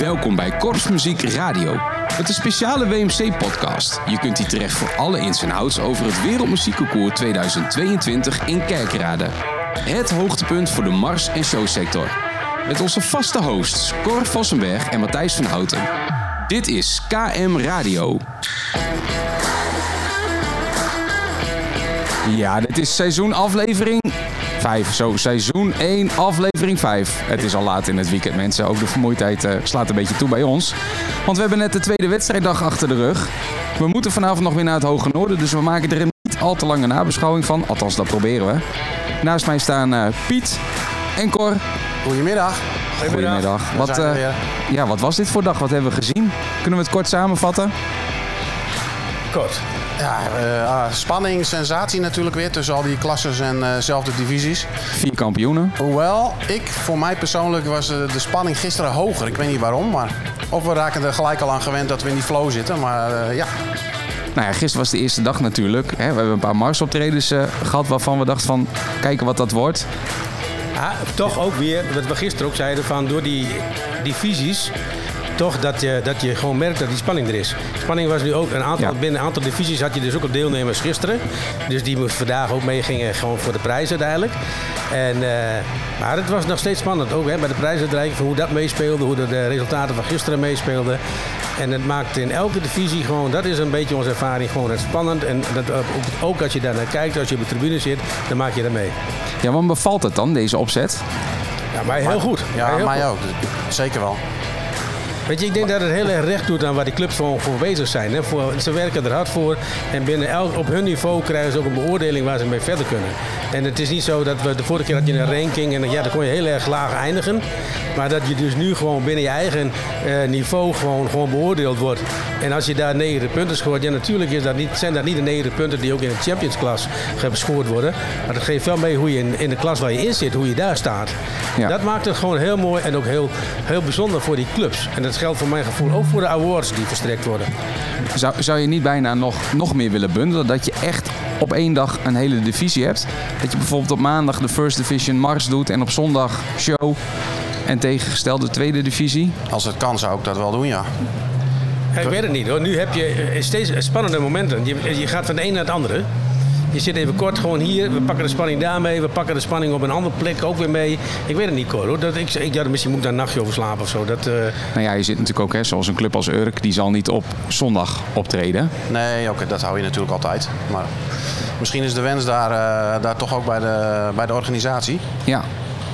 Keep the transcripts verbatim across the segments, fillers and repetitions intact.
Welkom bij Korpsmuziek Radio. Het is een speciale W M C-podcast. Je kunt hier terecht voor alle ins en outs over het Wereldmuziekconcours tweeduizend tweeëntwintig in Kerkrade. Het hoogtepunt voor de mars- en showsector. Met onze vaste hosts Cor Vossenberg en Matthijs van Houten. Dit is K M Radio. Ja, dit is seizoen aflevering vijf. Zo, seizoen één, aflevering vijf. Het is al laat in het weekend, mensen. Ook de vermoeidheid uh, slaat een beetje toe bij ons. Want we hebben net de tweede wedstrijddag achter de rug. We moeten vanavond nog weer naar het Hoge Noorden, dus we maken er een niet al te lange nabeschouwing van. Althans, dat proberen we. Naast mij staan uh, Piet en Cor. Goedemiddag. Goedemiddag. Wat, uh, ja, wat was dit voor dag? Wat hebben we gezien? Kunnen we het kort samenvatten? Kort. Ja, uh, uh, spanning, sensatie natuurlijk weer tussen al die klasses en uh, zelfde divisies. Vier kampioenen. Hoewel, ik, voor mij persoonlijk was uh, de spanning gisteren hoger. Ik weet niet waarom, maar of we raken er gelijk al aan gewend dat we in die flow zitten. Maar uh, ja. Nou ja, gisteren was de eerste dag natuurlijk. Hè. We hebben een paar marsoptredens uh, gehad waarvan we dachten van kijken wat dat wordt. Ja, toch ook weer, wat we gisteren ook zeiden, van door die divisies, toch dat je, dat je gewoon merkt dat die spanning er is. Spanning was nu ook een aantal, ja. Binnen een aantal divisies had je dus ook al deelnemers gisteren. Dus die vandaag ook meegingen gewoon voor de prijs uiteindelijk. En, uh, maar het was nog steeds spannend ook hè, bij de prijsuitreiking, hoe dat meespeelde, hoe de, de resultaten van gisteren meespeelden. En het maakt in elke divisie gewoon, dat is een beetje onze ervaring, gewoon het spannend. En dat, ook als je daar naar kijkt, als je op de tribune zit, dan maak je dat mee. Ja, want bevalt het dan, deze opzet? Ja, mij heel goed. Ja, mij heel mij goed. ook. Zeker wel. Weet je, ik denk dat het heel erg recht doet aan waar die clubs voor, voor bezig zijn. Hè. Voor, ze werken er hard voor en binnen elk, op hun niveau krijgen ze ook een beoordeling waar ze mee verder kunnen. En het is niet zo dat we de vorige keer had je een ranking en ja, dan kon je heel erg laag eindigen. Maar dat je dus nu gewoon binnen je eigen uh, niveau gewoon, gewoon beoordeeld wordt. En als je daar negentig punten scoort, ja natuurlijk is dat niet, zijn dat niet de negentig punten die ook in de Champions Class gescoord worden. Maar dat geeft wel mee hoe je in, in de klas waar je in zit, hoe je daar staat. Ja. Dat maakt het gewoon heel mooi en ook heel, heel bijzonder voor die clubs. En dat geldt voor mijn gevoel ook voor de awards die verstrekt worden. Zou, zou je niet bijna nog, nog meer willen bundelen? Dat je echt op één dag een hele divisie hebt? Dat je bijvoorbeeld op maandag de First Division Mars doet en op zondag show en tegengestelde tweede divisie? Als het kan zou ik dat wel doen, ja. Ja, ik weet het niet hoor. Nu heb je steeds spannende momenten. Je, je gaat van de een naar het andere. Je zit even kort gewoon hier, we pakken de spanning daarmee, we pakken de spanning op een andere plek ook weer mee. Ik weet het niet, Cor, hoor. Dat, ik, ik, ja, misschien moet ik daar een nachtje over slapen of zo. Dat, uh... Nou ja, je zit natuurlijk ook, hè, zoals een club als Urk, die zal niet op zondag optreden. Nee, oké, okay, dat hou je natuurlijk altijd. Maar misschien is de wens daar, uh, daar toch ook bij de, bij de organisatie. Ja.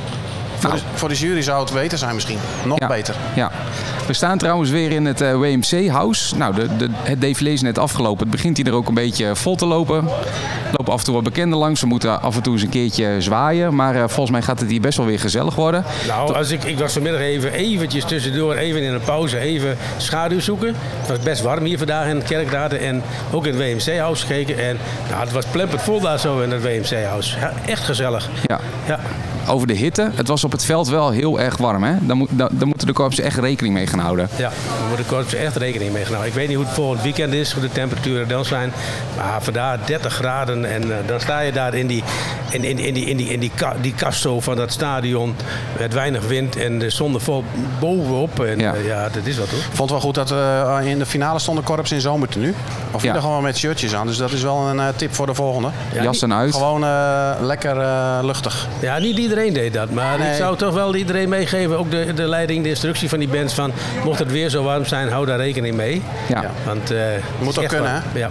Voor, nou. de, voor de jury zou het beter zijn misschien. Nog ja, beter. Ja. We staan trouwens weer in het uh, W M C-house. Nou, de, de, het défilé is net afgelopen. Het begint hier er ook een beetje vol te lopen. Er lopen af en toe wat bekenden langs. We moeten af en toe eens een keertje zwaaien. Maar uh, volgens mij gaat het hier best wel weer gezellig worden. Nou, als ik, ik was vanmiddag even eventjes tussendoor, even in een pauze, even schaduw zoeken. Het was best warm hier vandaag in Kerkrade en ook in het W M C-house gekeken. En nou, het was plempend vol daar zo in het W M C-house. Ja, echt gezellig. Ja. Ja. Over de hitte. Het was op het veld wel heel erg warm, hè? Daar, moet, daar, daar moeten de korpsen echt rekening mee gaan houden. Ja, daar moeten de korpsen echt rekening mee gaan houden. Ik weet niet hoe het volgend weekend is, hoe de temperaturen dan zijn. Maar vandaag dertig graden en uh, dan sta je daar in die, in, in, in die, in die, in die, ka, die kast zo van dat stadion. Met weinig wind en de zon er vol bovenop. En ja, uh, ja dat is wat hoor. Ik vond het wel goed dat uh, in de finale stonden korps in zomertenue. Of ja. Gewoon met shirtjes aan. Dus dat is wel een uh, tip voor de volgende. Ja, jassen uit. Gewoon uh, lekker uh, luchtig. Ja, niet iedereen deed dat. Maar nee. Ik zou toch wel iedereen meegeven. Ook de, de leiding, de instructie van die bands. Van, mocht het weer zo warm zijn, hou daar rekening mee. Ja. Want, uh, moet ook kunnen, warm. Hè? Ja.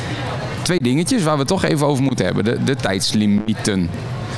Twee dingetjes waar we het toch even over moeten hebben. De, de tijdslimieten.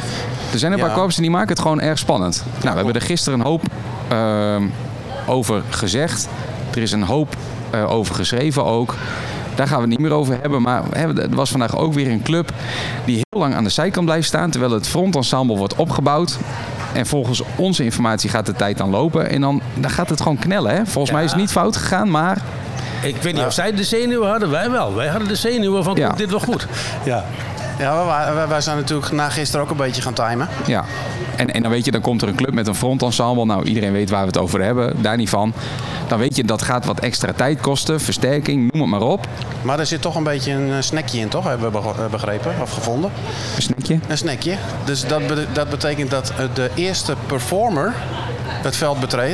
Er zijn een ja. paar korpsen die maken het gewoon erg spannend. Nou, we hebben er gisteren een hoop uh, over gezegd. Er is een hoop uh, over geschreven ook. Daar gaan we het niet meer over hebben. Maar er was vandaag ook weer een club die heel lang aan de zijkant blijft staan. Terwijl het frontensemble wordt opgebouwd. En volgens onze informatie gaat de tijd dan lopen. En dan, dan gaat het gewoon knellen. Hè? Volgens ja. mij is het niet fout gegaan, maar... Ik weet niet of zij de zenuwen hadden. Wij wel. Wij hadden de zenuwen van, ja. dit wel goed. Ja. Ja, wij, wij zijn natuurlijk na gisteren ook een beetje gaan timen. Ja, en, en dan weet je, dan komt er een club met een frontensemble. Nou, iedereen weet waar we het over hebben, daar niet van. Dan weet je, dat gaat wat extra tijd kosten, versterking, noem het maar op. Maar er zit toch een beetje een snackje in, toch? Hebben we begrepen of gevonden. Een snackje? Een snackje. Dus dat, be- dat betekent dat de eerste performer het veld betreedt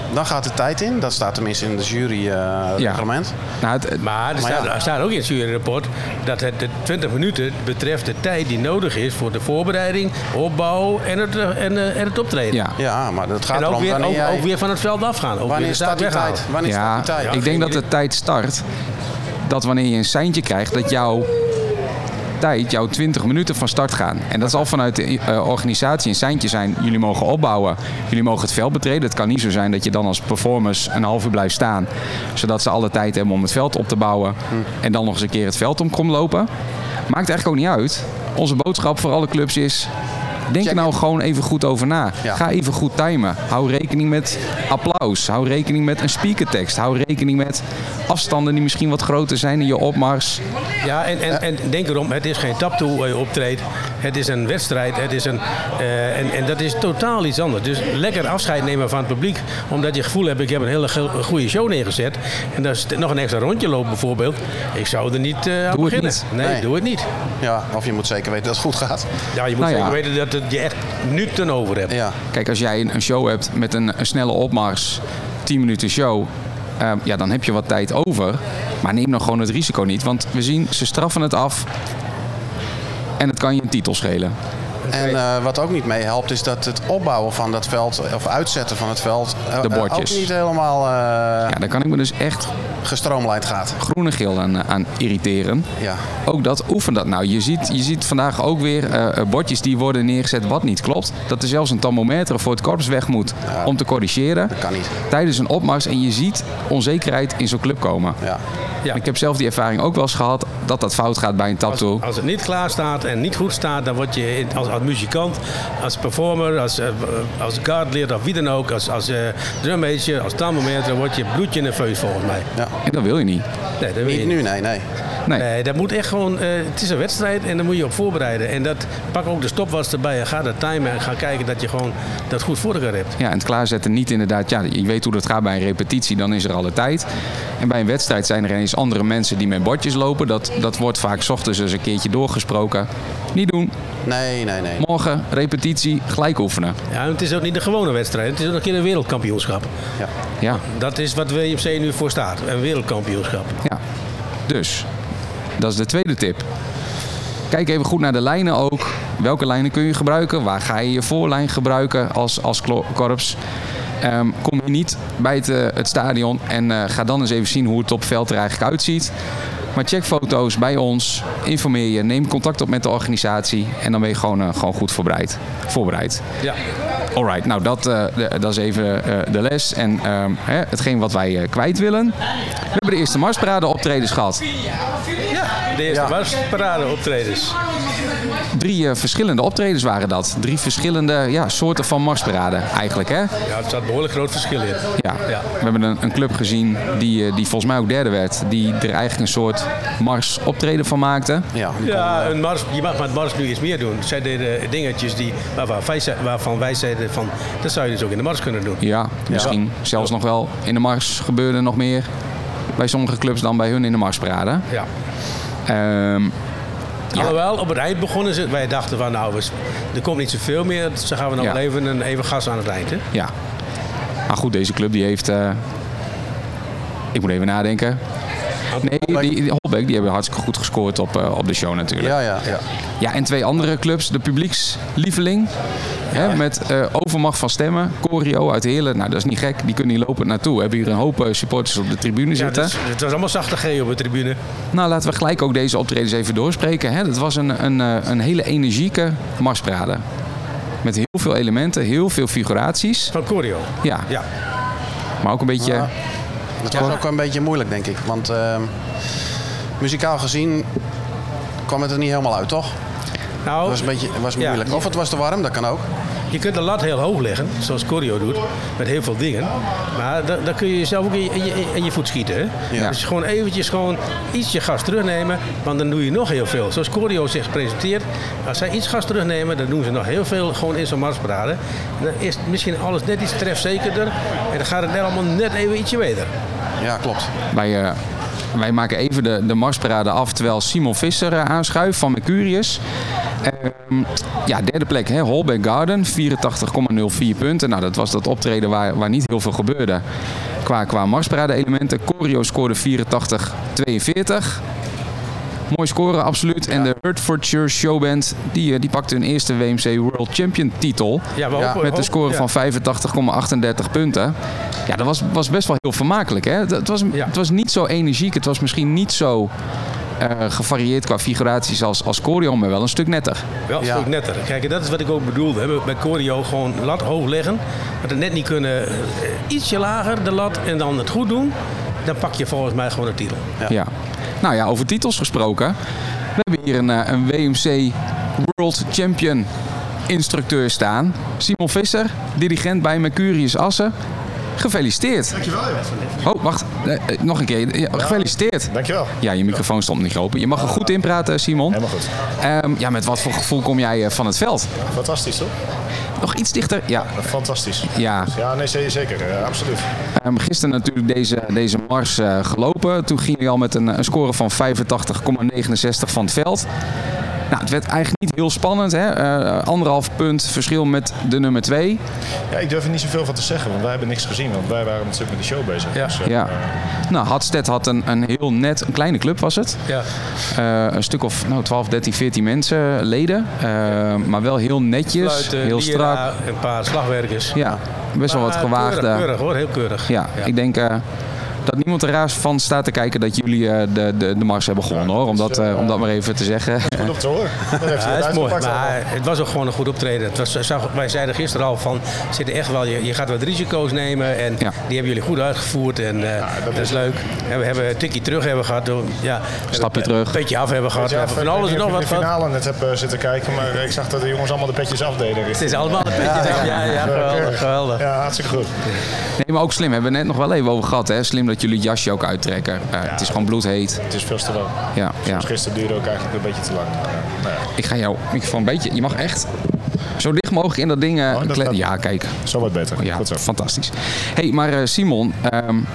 dan gaat de tijd in. Dat staat tenminste in het juryreglement. Uh, ja. nou, het, maar er, maar staat, ja. er staat ook in het juryrapport dat het de twintig minuten betreft de tijd die nodig is voor de voorbereiding, opbouw en het, en, uh, en het optreden. ja. Ja, maar dat gaat En ook erom weer, wanneer ook, jij... ook weer van het veld afgaan. Ook Wanneer staat die tijd? Wanneer ja, staat die tijd? ik denk dat de tijd start dat wanneer je een seintje krijgt dat jouw tijd, jouw twintig minuten van start gaan. En dat zal vanuit de uh, organisatie een seintje zijn. Jullie mogen opbouwen. Jullie mogen het veld betreden. Het kan niet zo zijn dat je dan als performers een half uur blijft staan. Zodat ze alle tijd hebben om het veld op te bouwen. Hm. En dan nog eens een keer het veld om komt lopen. Maakt eigenlijk ook niet uit. Onze boodschap voor alle clubs is... Denk er nou gewoon even goed over na. Ja. Ga even goed timen. Hou rekening met applaus. Hou rekening met een speakertekst. Hou rekening met afstanden die misschien wat groter zijn in je opmars. Ja, en, en, en denk erom, het is geen taptoe waar je optreedt. Het is een wedstrijd. Het is een, uh, en, en dat is totaal iets anders. Dus lekker afscheid nemen van het publiek. Omdat je het gevoel hebt, ik heb een hele goede show neergezet. En dat is nog een extra rondje lopen bijvoorbeeld. Ik zou er niet uh, aan doe beginnen. Het niet. Nee, nee, doe het niet. Ja, of je moet zeker weten dat het goed gaat. Ja, je moet nou zeker ja. weten dat je echt minuten over hebt. Ja. Kijk, als jij een show hebt met een, een snelle opmars, tien minuten show, uh, ja, dan heb je wat tijd over. Maar neem dan gewoon het risico niet, want we zien, ze straffen het af en het kan je een titel schelen. En uh, wat ook niet meehelpt is dat het opbouwen van dat veld, of uitzetten van het veld, uh, de bordjes. ook niet helemaal uh, ja, daar kan ik me dus echt gestroomlijnd gaat. Groen en geel aan, aan irriteren. Ja. Ook dat, oefen dat nou. Je ziet, je ziet vandaag ook weer uh, bordjes die worden neergezet wat niet klopt. Dat er zelfs een thermometer voor het korps weg moet ja. om te corrigeren. Dat kan niet. Tijdens een opmars en je ziet onzekerheid in zo'n club komen. Ja. Ja. Ik heb zelf die ervaring ook wel eens gehad dat dat fout gaat bij een tattoo. Als, als het niet klaar staat en niet goed staat, dan word je als, als muzikant, als performer, als, als guardleader of wie dan ook, als, als uh, drummeester, als thermometer, word je bloedje nerveus volgens mij. Ja. En dat wil je niet. Nee, dat wil je niet nu, nee, nee. Nee. nee, dat moet echt gewoon, uh, het is een wedstrijd en daar moet je op voorbereiden. En dat, pak ook de stopwatch erbij en ga dat timen en ga kijken dat je gewoon dat goed voor elkaar hebt. Ja, en het klaarzetten niet inderdaad, ja, je weet hoe dat gaat bij een repetitie, dan is er alle tijd. En bij een wedstrijd zijn er ineens andere mensen die met bordjes lopen. Dat, dat wordt vaak 's ochtends eens een keertje doorgesproken. Niet doen. Nee, nee, nee. Morgen, repetitie, gelijk oefenen. Ja, en het is ook niet de gewone wedstrijd, het is ook een keer een wereldkampioenschap. Ja. Ja. Dat is wat W M C nu voor staat, een wereldkampioenschap. Ja, dus, dat is de tweede tip. Kijk even goed naar de lijnen ook. Welke lijnen kun je gebruiken? Waar ga je je voorlijn gebruiken als, als korps? Um, kom je niet bij het, uh, het stadion en uh, ga dan eens even zien hoe het op veld er eigenlijk uitziet. Maar check foto's bij ons, informeer je, neem contact op met de organisatie en dan ben je gewoon, uh, gewoon goed voorbereid. voorbereid. Ja. Alright, nou dat, uh, de, dat is even uh, de les en um, hè, hetgeen wat wij uh, kwijt willen. We hebben de eerste marsparade optredens gehad. Ja, de eerste Ja. marsparade optredens. Drie uh, verschillende optredens waren dat. Drie verschillende ja, soorten van marsparade eigenlijk, hè? Ja, er staat een behoorlijk groot verschil in. Ja. Ja. We hebben een, een club gezien die, uh, die volgens mij ook derde werd. Die er eigenlijk een soort mars optreden van maakte. Ja, Ja, een mars, je mag met mars nu iets meer doen. Zij deden dingetjes die, waarvan, wij, ze- waarvan wij zeiden van, dat zou je dus ook in de mars kunnen doen. Ja, misschien zelfs nog wel in de mars gebeurde nog meer bij sommige clubs dan bij hun in de marsparade. Ja. Um, Ja. Alhoewel, op het eind begonnen ze, wij dachten van nou, we- er komt niet zoveel meer. Dus dan gaan we nog Ja. wel even, een, even gas aan het eind. Hè? ja. Maar goed, deze club die heeft... Uh, ik moet even nadenken. Nee, die, die Holbeek die hebben hartstikke goed gescoord op, uh, op de show natuurlijk. ja, ja. ja. Ja, en twee andere clubs. De publiekslieveling. Hè, met uh, overmacht van stemmen. Choreo uit Heerlen. Nou, dat is niet gek. Die kunnen hier lopend naartoe. We hebben hier een hoop uh, supporters op de tribune Ja, zitten. dus, het was allemaal zachte G op de tribune. Nou, laten we gelijk ook deze optredens even doorspreken. Hè. Dat was een, een, uh, een hele energieke marsparade. Met heel veel elementen, heel veel figuraties. Van Choreo. Ja, Ja. maar ook een beetje... Ja. Dat was ook een beetje moeilijk, denk ik. Want uh, muzikaal gezien kwam het er niet helemaal uit, toch? Nou, Het was een beetje was ja, moeilijk. Of het was te warm, dat kan ook. je kunt de lat heel hoog leggen, zoals Choreo doet, met heel veel dingen. Maar da- dan kun je jezelf ook in je, in je, in je voet schieten. Hè? Ja. Dus gewoon eventjes gewoon ietsje gas terugnemen, want dan doe je nog heel veel. Zoals Choreo zich presenteert, als zij iets gas terugnemen, dan doen ze nog heel veel gewoon in zo'n marsparade. En dan is misschien alles net iets trefzekerder en dan gaat het net allemaal net even ietsje beter. Ja, klopt. Wij, uh, wij maken even de, de marsparade af terwijl Simon Visser uh, aanschuift van Mercurius. Um, ja, derde plek, hè, Holbeck Garden, vierentachtig komma nul vier punten. Nou, dat was dat optreden waar, waar niet heel veel gebeurde qua, qua marsparade-elementen. Corio scoorde vierentachtig tweeënveertig. Mooi scoren, absoluut. En de Hertfordshire Showband, die, die pakte hun eerste W M C World Champion titel. Ja, we hopen, met de score ja. van vijfentachtig komma achtendertig punten. Ja, dat was, was best wel heel vermakelijk. Hè? Het, was, ja. het was niet zo energiek. Het was misschien niet zo uh, gevarieerd qua figuraties als, als Corio, maar wel een stuk netter. Wel een ja. stuk netter. Kijk, dat is wat ik ook bedoelde. Hè? Bij Corio gewoon lat hoog leggen. Maar het net niet kunnen, uh, ietsje lager de lat en dan het goed doen. Dan pak je volgens mij gewoon de titel. Ja. ja. Nou ja, over titels gesproken. We hebben hier een, een W M C World Champion instructeur staan. Simon Visser, dirigent bij Mercurius Assen. Gefeliciteerd. Dankjewel. Oh, wacht. Eh, nog een keer. Ja, gefeliciteerd. Dankjewel. Ja, je microfoon stond niet open. Je mag er goed inpraten, Simon. Helemaal goed. Um, ja, met wat voor gevoel kom jij van het veld? Fantastisch, toch? Nog iets dichter? Ja. Fantastisch. Ja, ja nee, zeker. Uh, absoluut. Um, gisteren natuurlijk deze, deze mars uh, gelopen. Toen ging hij al met een, een score van vijfentachtig komma negenenzestig van het veld. Nou, het werd eigenlijk niet heel spannend. Hè? Uh, anderhalf punt verschil met de nummer twee. Ja, ik durf er niet zoveel van te zeggen, want wij hebben niks gezien. Want wij waren natuurlijk met de show bezig. Ja. Dus, uh, ja. Nou, Hadstedt had een, een heel net, een kleine club was het. Ja. Uh, een stuk of nou, twaalf, dertien, veertien mensen, leden. Uh, maar wel heel netjes, Fluiten, heel strak. Lira, een paar slagwerkers. Ja, best wel wat gewaagde. Keurig, keurig hoor, heel keurig. Ja, ja. Ik denk... Uh, dat niemand er raar van staat te kijken dat jullie uh, de, de, de mars hebben gewonnen, ja, hoor. Om dat, uh, om dat maar even te zeggen. Goed op te horen. Dat heeft ja, dat is mooi. Maar het was ook gewoon een goed optreden. Het was, wij zeiden gisteren al van, zitten echt wel, je, je gaat wat risico's nemen. En ja. die hebben jullie goed uitgevoerd. En uh, ja, dat, dat is leuk. En we hebben een tikkie terug hebben gehad. Ja, stapje terug. Een petje af hebben gehad. Af, van alles en nog wat. Ik heb de finale net heb uh, zitten kijken, maar ik zag dat de jongens allemaal de petjes afdeden. Het is allemaal de petjes af. Ja, ja, geweldig, geweldig. Ja, hartstikke goed. Nee, maar ook slim. Hebben we net nog wel even over gehad. Hè? Slim dat jullie het jasje ook uittrekken. Uh, ja, het is gewoon bloedheet. Het is veel te lang. Ja, Soms ja. gisteren duurde ook eigenlijk een beetje te lang. Uh, nou ja. Ik ga jouw microfoon een beetje... Je mag echt zo dicht mogelijk in dat ding... Uh, oh, dat kle- ja, kijk. Zo wat beter. Ja, goed zo. Fantastisch. Hey, maar uh, Simon... Um,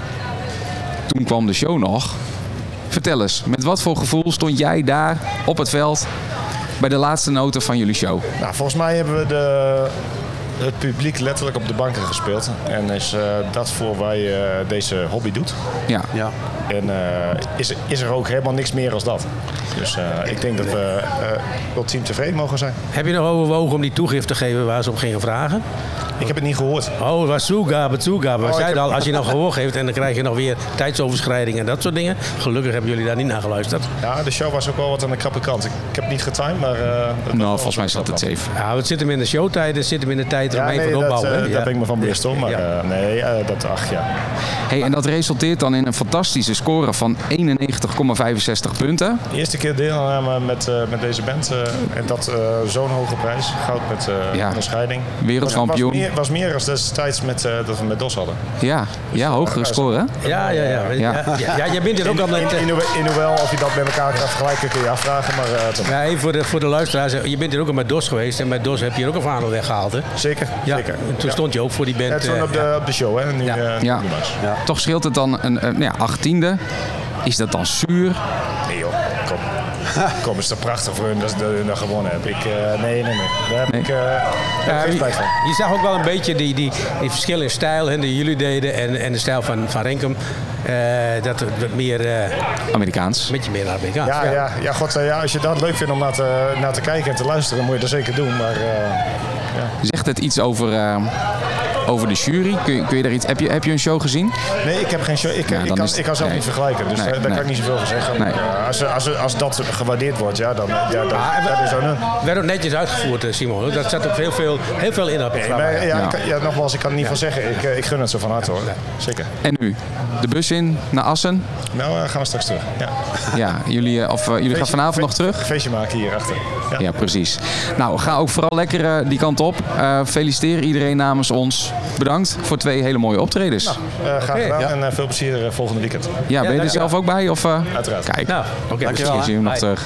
toen kwam de show nog. Vertel eens, met wat voor gevoel stond jij daar op het veld... bij de laatste noten van jullie show? Nou, volgens mij hebben we de... het publiek letterlijk op de banken gespeeld. En is uh, dat voor waar je uh, deze hobby doet. Ja. ja. En uh, is, is er ook helemaal niks meer als dat. Dus uh, ik denk dat we uh, ultiem tevreden mogen zijn. Heb je nog overwogen om die toegift te geven waar ze om gingen vragen? Ik heb het niet gehoord. Oh, het was toegabe, toegabe. We oh, zeiden heb... al, als je nog gehoord heeft en dan krijg je nog weer tijdsoverschrijding en dat soort dingen. Gelukkig hebben jullie daar niet naar geluisterd. Ja, de show was ook wel wat aan de krappe kant. Ik, ik heb het niet getimed, maar... Uh, nou, volgens mij zat het safe. Ja, het zit hem in de showtijd, het zit hem in de tijd ja, om nee, even te opbouwen. Dat, uh, ja. Daar ben ik me van bewust hoor. Maar ja. uh, nee, uh, dat ach ja. Hey, en dat resulteert dan in een fantastische score van eenennegentig komma vijfenzestig punten. De eerste keer deelnemen met, uh, met deze band. Uh, en dat uh, zo'n hoge prijs. Goud met uh, ja. een scheiding. Wereldkampioen. Het was, was meer als destijds met, uh, dat we met D O S hadden. Ja, dus, ja hogere uh, score hè? Ja, ja, ja. ja. ja, ja, ja jij bent er ook al met... In, in, in hoewel, of je dat met elkaar gaat vergelijken kun je afvragen. Maar, uh, ja, even voor de, voor de luisteraars. Je bent er ook al met D O S geweest. En met D O S heb je ook een vaandel weggehaald hè? Zeker, ja. zeker. En toen ja. stond je ook voor die band. Ja, toen uh, op, de, op de show hè? Nu, ja. Uh, ja. nu ja. Toch scheelt het dan een, een ja, achttiende. Is dat dan zuur? Nee joh, kom. Kom, is toch prachtig voor hun dat ze dat gewonnen hebben. Ik, uh, nee, nee, nee. Daar heb nee. ik uh, ja, geen spijt van. Je, je zag ook wel een beetje die, die, die verschillen in stijl hè, die jullie deden en, en de stijl van, van Renkum. Uh, dat wat meer... Uh, Amerikaans. Een beetje meer Amerikaans. Ja, ja. ja, ja, God, uh, ja als je dat leuk vindt om naar te, naar te kijken en te luisteren, moet je dat zeker doen. Maar, uh, ja. Zegt het iets over... Uh, Over de jury, kun je, kun je daar iets, heb, je, heb je een show gezien? Nee, ik heb geen show. Ik, ja, ik, kan, ik kan zelf nee. niet vergelijken, dus nee, daar, daar nee. kan ik niet zoveel van zeggen. Nee. Uh, als, als, als dat gewaardeerd wordt, ja, dan ja, dat, ah, dat is ook een... werd ook netjes uitgevoerd, Simon. Dat zat ook heel veel, heel veel in op het programma. Nee, ja, ja. Ik, ja, nogmaals, ik kan er niet ja. van zeggen. Ik, ik gun het zo van harte hoor. Ja. Zeker. En nu? De bus in naar Assen? Nou, uh, gaan we straks terug. Ja, ja jullie, of, uh, jullie feestje, gaan vanavond fe- nog terug? Feestje maken hierachter. Ja. ja, precies. Nou, ga ook vooral lekker uh, die kant op. Uh, feliciteer iedereen namens ons. Bedankt voor twee hele mooie optredens. Nou, uh, graag okay, gedaan ja. en uh, veel plezier uh, volgende weekend. Ja, ben je er zelf ook bij? Of, uh... Uiteraard. Kijk, nou, oké. Okay, misschien zien we hem nog terug.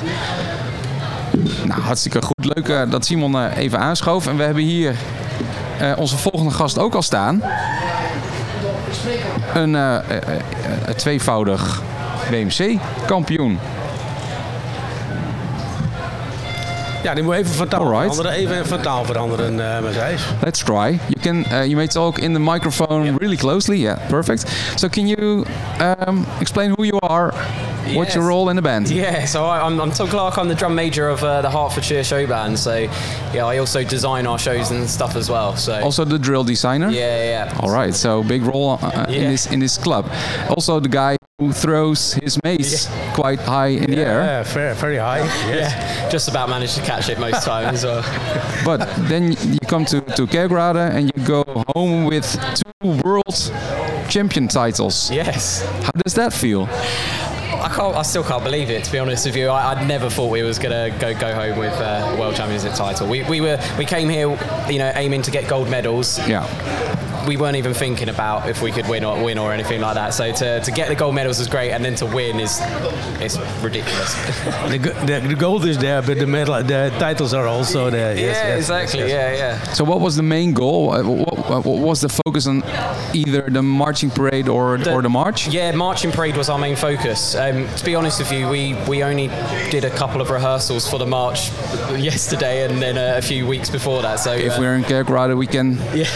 Nou, hartstikke goed. Leuk uh, dat Simon uh, even aanschoof. En we hebben hier uh, onze volgende gast ook al staan. Een uh, uh, uh, tweevoudig W M C-kampioen. Ja, die moet even van taal Alright. veranderen. Even van taal veranderen, uh, Matthijs. Let's try. You can uh, you may talk in the microphone yep. really closely. Yeah, perfect. So can you um, explain who you are? Yes. What's your role in the band? Yeah, so I, I'm, I'm Tom Clark. I'm the drum major of uh, the Hertfordshire show band. So yeah, I also design our shows and stuff as well. So also the drill designer. Yeah, yeah. All right. So big role uh, yeah. in this in this club. Also the guy who throws his mace yeah. quite high in yeah, the air. Yeah, very, very high. Yes. Yeah, just about managed to catch it most times as well. But then you come to to Kerkrade and you go home with two world champion titles. Yes. How does that feel? I can't. I still can't believe it. To be honest with you, I, I never thought we was gonna go go home with uh, a world championship title. We we were we came here, you know, aiming to get gold medals. Yeah. We weren't even thinking about if we could win or win or anything like that. So to, to get the gold medals was great, and then to win is it's ridiculous. the, the, the gold is there, but the medal, the titles are also there. Yeah, yes, yes, exactly. yes. Yeah, yeah. So what was the main goal? What, what was the focus on either the marching parade or the, or the march? Yeah, marching parade was our main focus. Um, to be honest with you, we, we only did a couple of rehearsals for the march yesterday and then a, a few weeks before that. So if uh, we're in Kerkrade, we can yeah.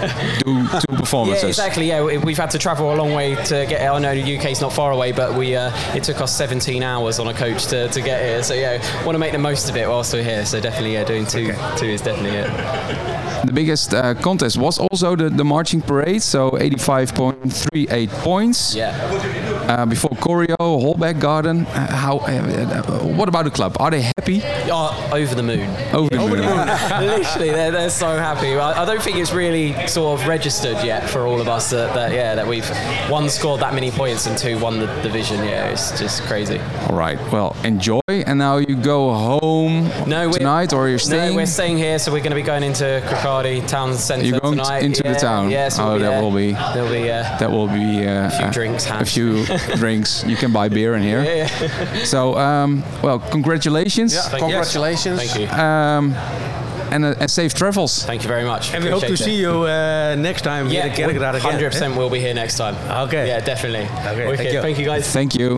do two performances. Yeah, exactly. Yeah, we've had to travel a long way to get here. I know the U K's not far away, but we uh, it took us seventeen hours on a coach to, to get here. So yeah, want to make the most of it whilst we're here. So definitely, yeah, doing two okay. two is definitely it. The biggest uh, contest was also the, the marching parade, so eighty-five point three eight points. Yeah. Uh, before choreo, Holbeck Garden. Uh, how? Uh, what about the club? Are they happy? Oh, over the moon. Over the over moon. The moon. Literally, they're, they're so happy. I, I don't think it's really sort of registered yet for all of us that, that yeah that we've one scored that many points and two won the division. Yeah, it's just crazy. All right. Well, enjoy. And now you go home no, tonight, or you're staying? No, we're staying here. So we're going to be going into Kirkcaldy town centre You're going tonight. into yeah, the town. Yeah, so oh, we'll be that there. will be. There'll be. Uh, that will be uh, a few drinks. A few drinks. You can buy beer in here. Yeah. yeah. So, um, well, congratulations. Yeah, Thank congratulations. Yes. Thank you. Um, and, uh, and safe travels. Thank you very much. And we hope to it. see you uh, next time yeah, here in Kerkrade again. one hundred percent we'll be here next time. Okay. Yeah, definitely. Okay, okay. thank you. Thank you guys. Thank you.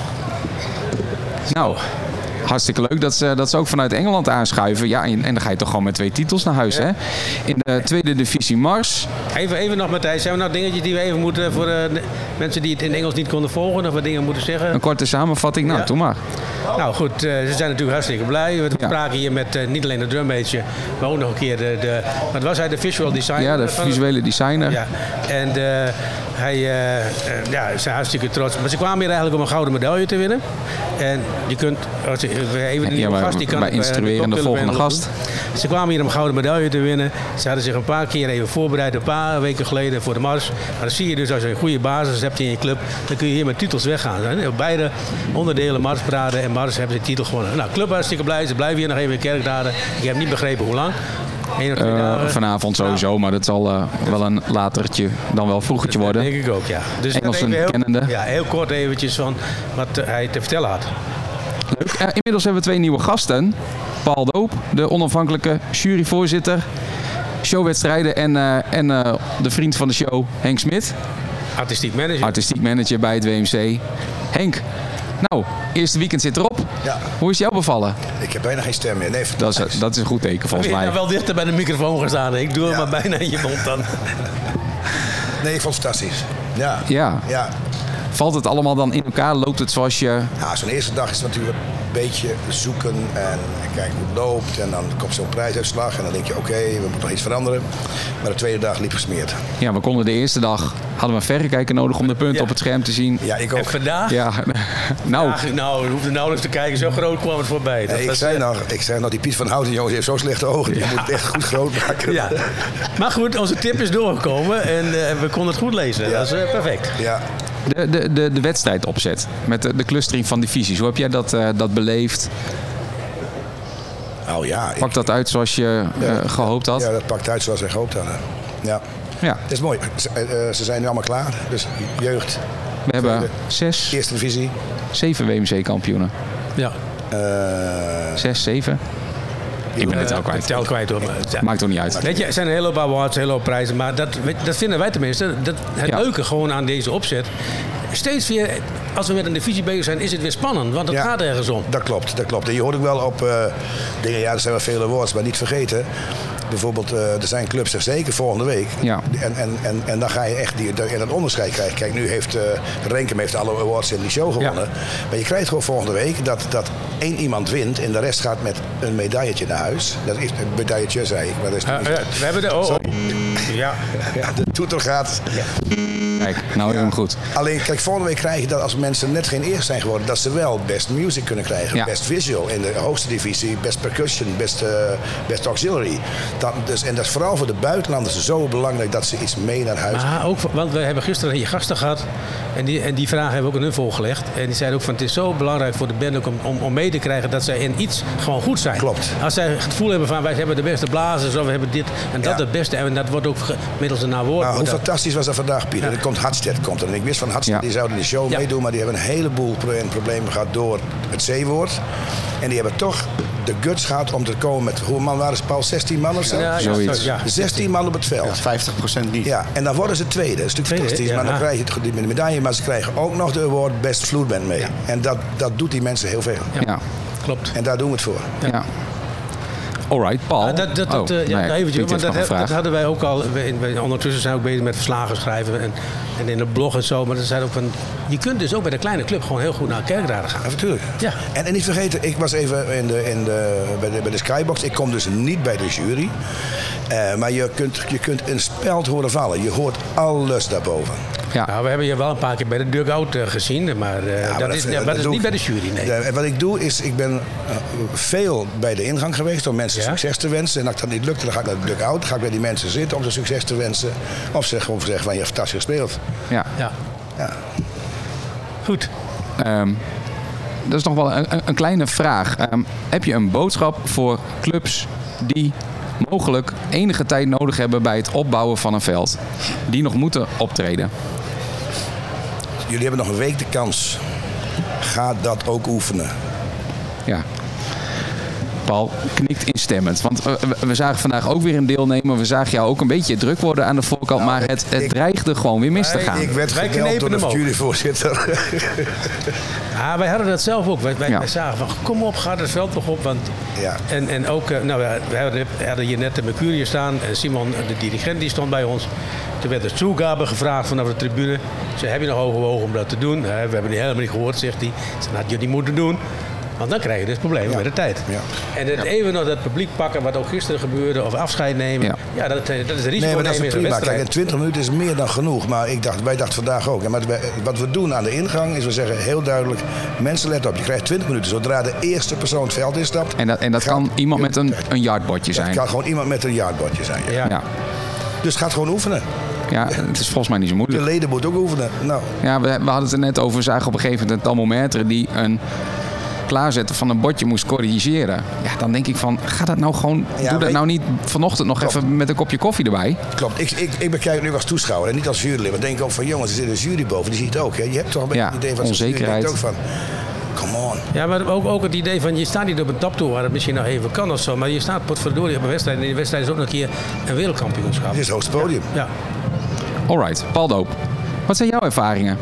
Nou, hartstikke leuk dat ze, dat ze ook vanuit Engeland aanschuiven. Ja, en, en dan ga je toch gewoon met twee titels naar huis, ja. hè? In de tweede divisie Mars. Even, even nog, Matthijs. Zijn er nog dingetjes die we even moeten voor uh, mensen die het in Engels niet konden volgen, of wat dingen moeten zeggen? Een korte samenvatting, nou, ja. doe maar. Nou goed, uh, ze zijn natuurlijk hartstikke blij. We ja. spraken hier met uh, niet alleen de drummage, maar ook nog een keer de, de wat was hij, de visual designer? Ja, de visuele designer. Ja, en uh, hij uh, uh, ja, is hartstikke trots. Maar ze kwamen hier eigenlijk om een gouden medaille te winnen. En je kunt, als je even de ja, maar, gast die kan wij instrueren de volgende gast. Doen. Ze kwamen hier om een gouden medaille te winnen. Ze hadden zich een paar keer even voorbereid, een paar weken geleden voor de mars. Maar dan zie je dus als je een goede basis hebt in je club, dan kun je hier met titels weggaan. Op beide onderdelen, marsparade en mars, hebben ze de titel gewonnen. Nou, club hartstikke blij. Ze blijven hier nog even in Kerkrade. Ik heb niet begrepen hoe lang. Uh, vanavond sowieso, nou. maar dat zal uh, wel een latertje, dan wel vroegertje worden. Dat denk ik ook, ja. Dus Engelsen heel, kennende. Ja, heel kort eventjes van wat hij te vertellen had. Leuk. Uh, inmiddels hebben we twee nieuwe gasten. Paul Doop, de onafhankelijke juryvoorzitter, showwedstrijden en, uh, en uh, de vriend van de show, Henk Smit. Artistiek manager. Artistiek manager bij het W M C. Henk, nou, eerste weekend zit erop. Ja. Hoe is jou bevallen? Ik heb bijna geen stem meer. Nee, dat, is, dat is een goed teken volgens mij. Ik ben wel dichter bij de microfoon gaan staan. Ik doe ja. hem maar bijna in je mond dan. Nee, ik vond het fantastisch. Ja. Ja. ja. Valt het allemaal dan in elkaar? Loopt het zoals je... Ja, zo'n eerste dag is het natuurlijk een beetje zoeken en kijken hoe het loopt. En dan komt zo'n prijsuitslag en dan denk je, oké, okay, we moeten nog iets veranderen. Maar de tweede dag liep gesmeerd. Ja, we konden de eerste dag, hadden we een verrekijker nodig om de punten ja. op het scherm te zien. Ja, ik ook. En vandaag? Ja, nou. Ja, nou, we hoefden nauwelijks te kijken, zo groot kwam het voorbij. Nee, ik, was, zei nog, ik zei nog, die Piet van Houten, jongens, die heeft zo slechte ogen. Die ja. moet het echt goed groot maken. Ja. Maar goed, onze tip is doorgekomen en uh, we konden het goed lezen. Ja. Dat is uh, perfect. Ja. De, de, de, de wedstrijd opzet met de, de clustering van divisies. Hoe heb jij dat, uh, dat beleefd? Oh ja. Pakt dat uit zoals je uh, ja, gehoopt had? Ja, dat pakt uit zoals wij gehoopt hadden. Ja. Ja. Het is mooi. Ze, uh, ze zijn nu allemaal klaar. Dus jeugd. We hebben de zes. Eerste divisie. Zeven W M C-kampioenen. Ja. Uh, zes, zeven. Ik ben het tel kwijt. Tel kwijt hoor. Ja. Maakt toch niet uit. Weet je, er zijn een hele hoop awards, een hele hoop prijzen. Maar dat, dat vinden wij tenminste. Dat, het ja. leuke gewoon aan deze opzet. steeds weer, als we met een divisie bezig zijn, is het weer spannend. Want het Ja, gaat ergens om. Dat klopt, dat klopt. En je hoort ook wel op uh, dingen, ja, er zijn wel vele awards, maar niet vergeten. Bijvoorbeeld, uh, er zijn clubs, er zeker volgende week. Ja. En, en, en, en dan ga je echt die, in dat onderscheid krijgen. Kijk, nu heeft uh, Renkum heeft alle awards in die show gewonnen. Ja. Maar je krijgt gewoon volgende week dat, dat één iemand wint en de rest gaat met een medailletje naar huis. Dat is een medailletje, zei ik. Maar dat is Uh, uh, we hebben de... Oh, oh. Ja. Ja, de toeter gaat. Ja. Kijk, nou weer hem goed. Alleen, kijk, volgende week krijg je dat als mensen net geen eerst zijn geworden, dat ze wel best music kunnen krijgen. Ja. Best visual in de hoogste divisie, best percussion, best, uh, best auxiliary. Dat, dus, en dat is vooral voor de buitenlanders zo belangrijk dat ze iets mee naar huis Maar ook, want we hebben gisteren hier gasten gehad. En die, en die vragen hebben we ook aan hun voorgelegd. En die zeiden ook van het is zo belangrijk voor de band ook om, om, om mee te krijgen dat zij in iets gewoon goed zijn. Klopt. Als zij het gevoel hebben van wij hebben de beste blazers of we hebben dit en dat Ja. het beste. En dat wordt ook ge- middels een nawoord. Maar hoe wordt dat- fantastisch was dat vandaag, Pieter? Ja. Er komt Hartstedt komt er. En ik wist van Hartstedt, Ja. die zouden in de show Ja. meedoen, maar die hebben een heleboel pro- problemen gehad door het C-woord. En die hebben toch de guts gehad om te komen met, hoeveel man waren ze, Paul? zestien man of zo? Ja, ja, Zoiets. zo- ja. zestien man op het veld. Ja, vijftig procent niet. Ja, en dan worden ze tweede. Dat is natuurlijk Tweede, fantastisch. ja. Maar dan krijg je het goed met de medaille. Maar ze krijgen ook nog de award Best Vloedband mee. En dat, dat doet die mensen heel veel. Ja. Ja. Klopt. En daar doen we het voor. ja. Alright, Paul. Ah, dat, dat, dat, oh, eh, ja, nee, nou, eventjes, Piet want heeft dat, nog een dat vraag. hadden wij ook al. We, we, ondertussen zijn we ook bezig met verslagen schrijven en, en in de blog en zo. Maar er zijn ook van, je kunt dus ook bij de kleine club gewoon heel goed naar Kerkrade gaan. Ja, natuurlijk. Ja. En, en niet vergeten, ik was even in de, in de, bij, de, bij de Skybox. Ik kom dus niet bij de jury. Uh, maar je kunt, je kunt een speld horen vallen. Je hoort alles daarboven. Ja. Nou, we hebben je wel een paar keer bij de dugout uh, gezien, maar, uh, Ja, maar dat, is, dat- ja, dat dat is doe niet ik- bij de jury, nee. Ja, en wat ik doe is, ik ben uh, veel bij de ingang geweest om mensen Ja? succes te wensen. En als dat niet lukt, dan ga ik naar de dugout. Dan ga ik bij die mensen zitten om ze succes te wensen. Of ze gewoon zeggen van je hebt fantastisch gespeeld. Ja. Ja. Ja. Goed. Um, dat is nog wel een, een kleine vraag. Um, heb je een boodschap voor clubs die mogelijk enige tijd nodig hebben bij het opbouwen van een veld? Die nog moeten optreden? Jullie hebben nog een week de kans. Ga dat ook oefenen. Ja. Paul knikt instemmend. Want we, we zagen vandaag ook weer een deelnemer. We zagen jou ook een beetje druk worden aan de voorkant. Nou, maar het, het ik- dreigde gewoon weer mis te gaan. Ik werd Wij gebeld knepen door de hem ook. juryvoorzitter. Ja, wij hadden dat zelf ook. Wij, wij, Ja. wij zagen van kom op, ga het veld nog op. Want, Ja. en, en ook, uh, nou, we we hadden, we hadden hier net de Mercurius staan. En Simon, de dirigent, die stond bij ons. Toen werd de toegabe gevraagd vanaf de tribune. Ze heb je nog overwogen om dat te doen? Uh, we hebben die helemaal niet gehoord, zegt hij. Ze dat had je niet moeten doen. Want dan krijg je dus problemen Ja. met de tijd. Ja. En het even nog dat publiek pakken, wat ook gisteren gebeurde, of afscheid nemen. Ja. Ja, dat, dat is een risico Nee, maar dat is nemen in een prima. Kijk, wedstrijd. en twintig minuten is meer dan genoeg. Maar ik dacht, wij dachten vandaag ook. En maar wat we doen aan de ingang is we zeggen heel duidelijk, mensen let op, je krijgt twintig minuten. Zodra de eerste persoon het veld instapt. En dat, en dat gaat- kan iemand met een, een yardbordje Dat zijn. kan gewoon iemand met een yardbordje zijn. Ja. Ja. Ja. Dus gaat gewoon oefenen. Ja, het is volgens mij niet zo De moeilijk. leden moeten ook oefenen. Nou, Ja, we, we hadden het er net over. We zagen op een gegeven moment een thermometer die een klaarzetten van een bordje moest corrigeren. Ja, dan denk ik van, ga dat nou gewoon, Ja, doe dat weet- nou niet vanochtend nog Klopt. even met een kopje koffie erbij. klopt. Ik, ik, ik bekijk het nu als toeschouwer en niet als jurylid. Maar denk ik ook van jongens, er zit een jury boven. Die ziet het ook. Hè. Je hebt toch een beetje Ja, het idee van zo'n jury. Je denkt onzekerheid. ook van, come on. Ja, maar ook, ook het idee van je staat niet op een taptoe waar het misschien nog even kan of zo. Maar je staat potverdorie op een wedstrijd. En die wedstrijd is ook nog een keer een wereldkampioenschap. Dit is het hoogste podium. Ja. Alright, Paul Doop. Wat zijn jouw ervaringen?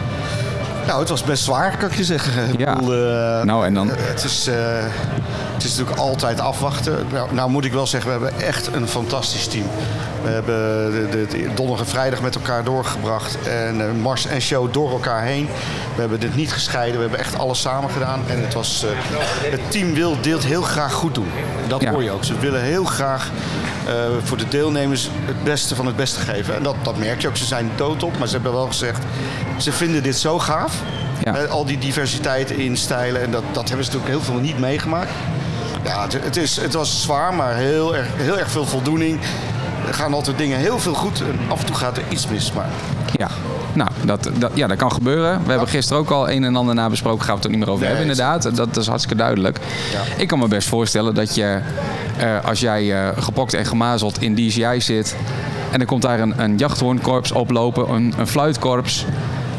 Nou, het was best zwaar, kan ik je zeggen. Ik Ja. bedoel, eh, Nou, en dan? eh, Het is, eh, het is natuurlijk altijd afwachten. Nou, nou moet ik wel zeggen, we hebben echt een fantastisch team. We hebben de, de, de donderdag en vrijdag met elkaar doorgebracht. En uh, mars en show door elkaar heen. We hebben dit niet gescheiden. We hebben echt alles samen gedaan. En het, was, uh, het team wil, deelt heel graag goed doen. Dat Ja. hoor je ook. Ze willen heel graag uh, voor de deelnemers het beste van het beste geven. En dat, dat merk je ook. Ze zijn doodop. Maar ze hebben wel gezegd, ze vinden dit zo gaaf. Ja. Uh, al die diversiteit in stijlen. En dat, dat hebben ze natuurlijk heel veel niet meegemaakt. Ja, het, het, is, het was zwaar, maar heel erg, heel erg veel voldoening. Er gaan altijd dingen heel veel goed. En af en toe gaat er iets mis. Maar Ja, nou, dat, dat, ja, dat kan gebeuren. We hebben gisteren ook al een en ander nabesproken. Gaan we het er niet meer over Nee, hebben, inderdaad. Dat, dat is hartstikke duidelijk. Ja. Ik kan me best voorstellen dat je, uh, als jij uh, gepokt en gemazeld in D C I zit... en er komt daar een, een jachthoornkorps oplopen, een, een fluitkorps...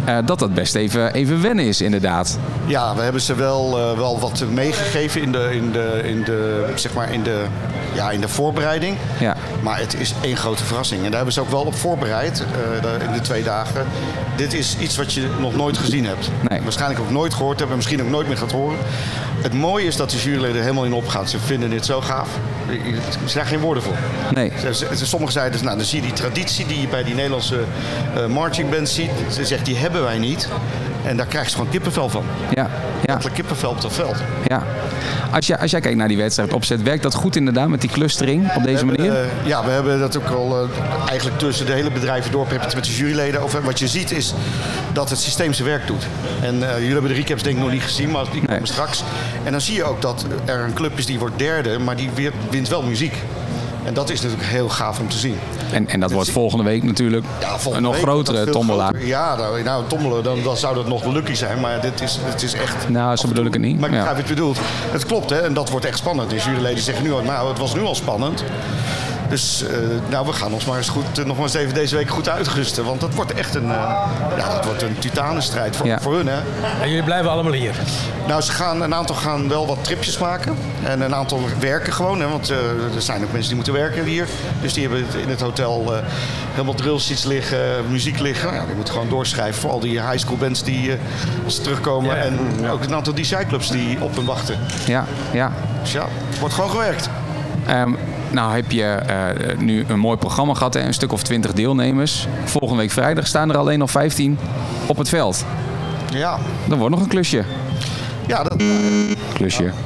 uh, dat dat best even, even wennen is inderdaad. Ja, we hebben ze wel, uh, wel wat meegegeven in de, in de, in de, zeg maar in de, ja, in de voorbereiding. Ja. Maar het is één grote verrassing. En daar hebben ze ook wel op voorbereid uh, in de twee dagen. Dit is iets wat je nog nooit gezien hebt. Nee. Waarschijnlijk ook nooit gehoord hebben en misschien ook nooit meer gaat horen. Het mooie is dat de juryleden helemaal in opgaan. Ze vinden dit zo gaaf. Er zijn geen woorden voor. Nee. Sommigen zeiden, nou, dan zie je die traditie die je bij die Nederlandse uh, marching band ziet. Ze zegt, die hebben wij niet. En daar krijg je gewoon kippenvel van. Ja. Ja. Kippenvel op dat veld. Ja. Als, jij, als jij kijkt naar die wedstrijd opzet, werkt dat goed inderdaad met die clustering op deze we manier? Hebben, uh, ja, we hebben dat ook al uh, eigenlijk tussen de hele bedrijven door. Heb je het met de juryleden over. Wat je ziet is dat het systeem zijn werk doet. En uh, jullie hebben de recaps denk ik nog niet gezien, maar die komen nee. straks. En dan zie je ook dat er een club is die wordt derde, maar die wint wel muziek. En dat is natuurlijk heel gaaf om te zien. En, en dat wordt volgende week natuurlijk ja, volgende een nog week grotere tombolaar. Groter. Ja, nou, nou tommelen, dan, dan zou dat nog lucky zijn. Maar dit is, dit is echt... Nou, zo bedoel ik het niet. Maar ik begrijp ja. wat je bedoelt. Het klopt, hè. En dat wordt echt spannend. De juryleden zeggen nu al, nou, het was nu al spannend. Dus uh, nou, we gaan ons maar eens goed, uh, nog maar eens even deze week goed uitrusten. Want dat wordt echt een, uh, ja, dat wordt een titanenstrijd voor, ja. voor hun. Hè. En jullie blijven allemaal hier? Nou, ze gaan, een aantal gaan wel wat tripjes maken. En een aantal werken gewoon. Hè, want uh, er zijn ook mensen die moeten werken hier. Dus die hebben in het hotel uh, helemaal drillsheets liggen, muziek liggen. Nou, ja, die moeten gewoon doorschrijven voor al die high school bands die uh, als ze terugkomen. Ja, ja. En ja. ook een aantal D J-clubs die op hen wachten. Ja, ja. Dus ja, het wordt gewoon gewerkt. Um, nou heb je uh, nu een mooi programma gehad, hè? Een stuk of twintig deelnemers. Volgende week vrijdag staan er alleen nog vijftien op het veld. Ja. Dan wordt nog een klusje. Ja, dat... Klusje. Ja.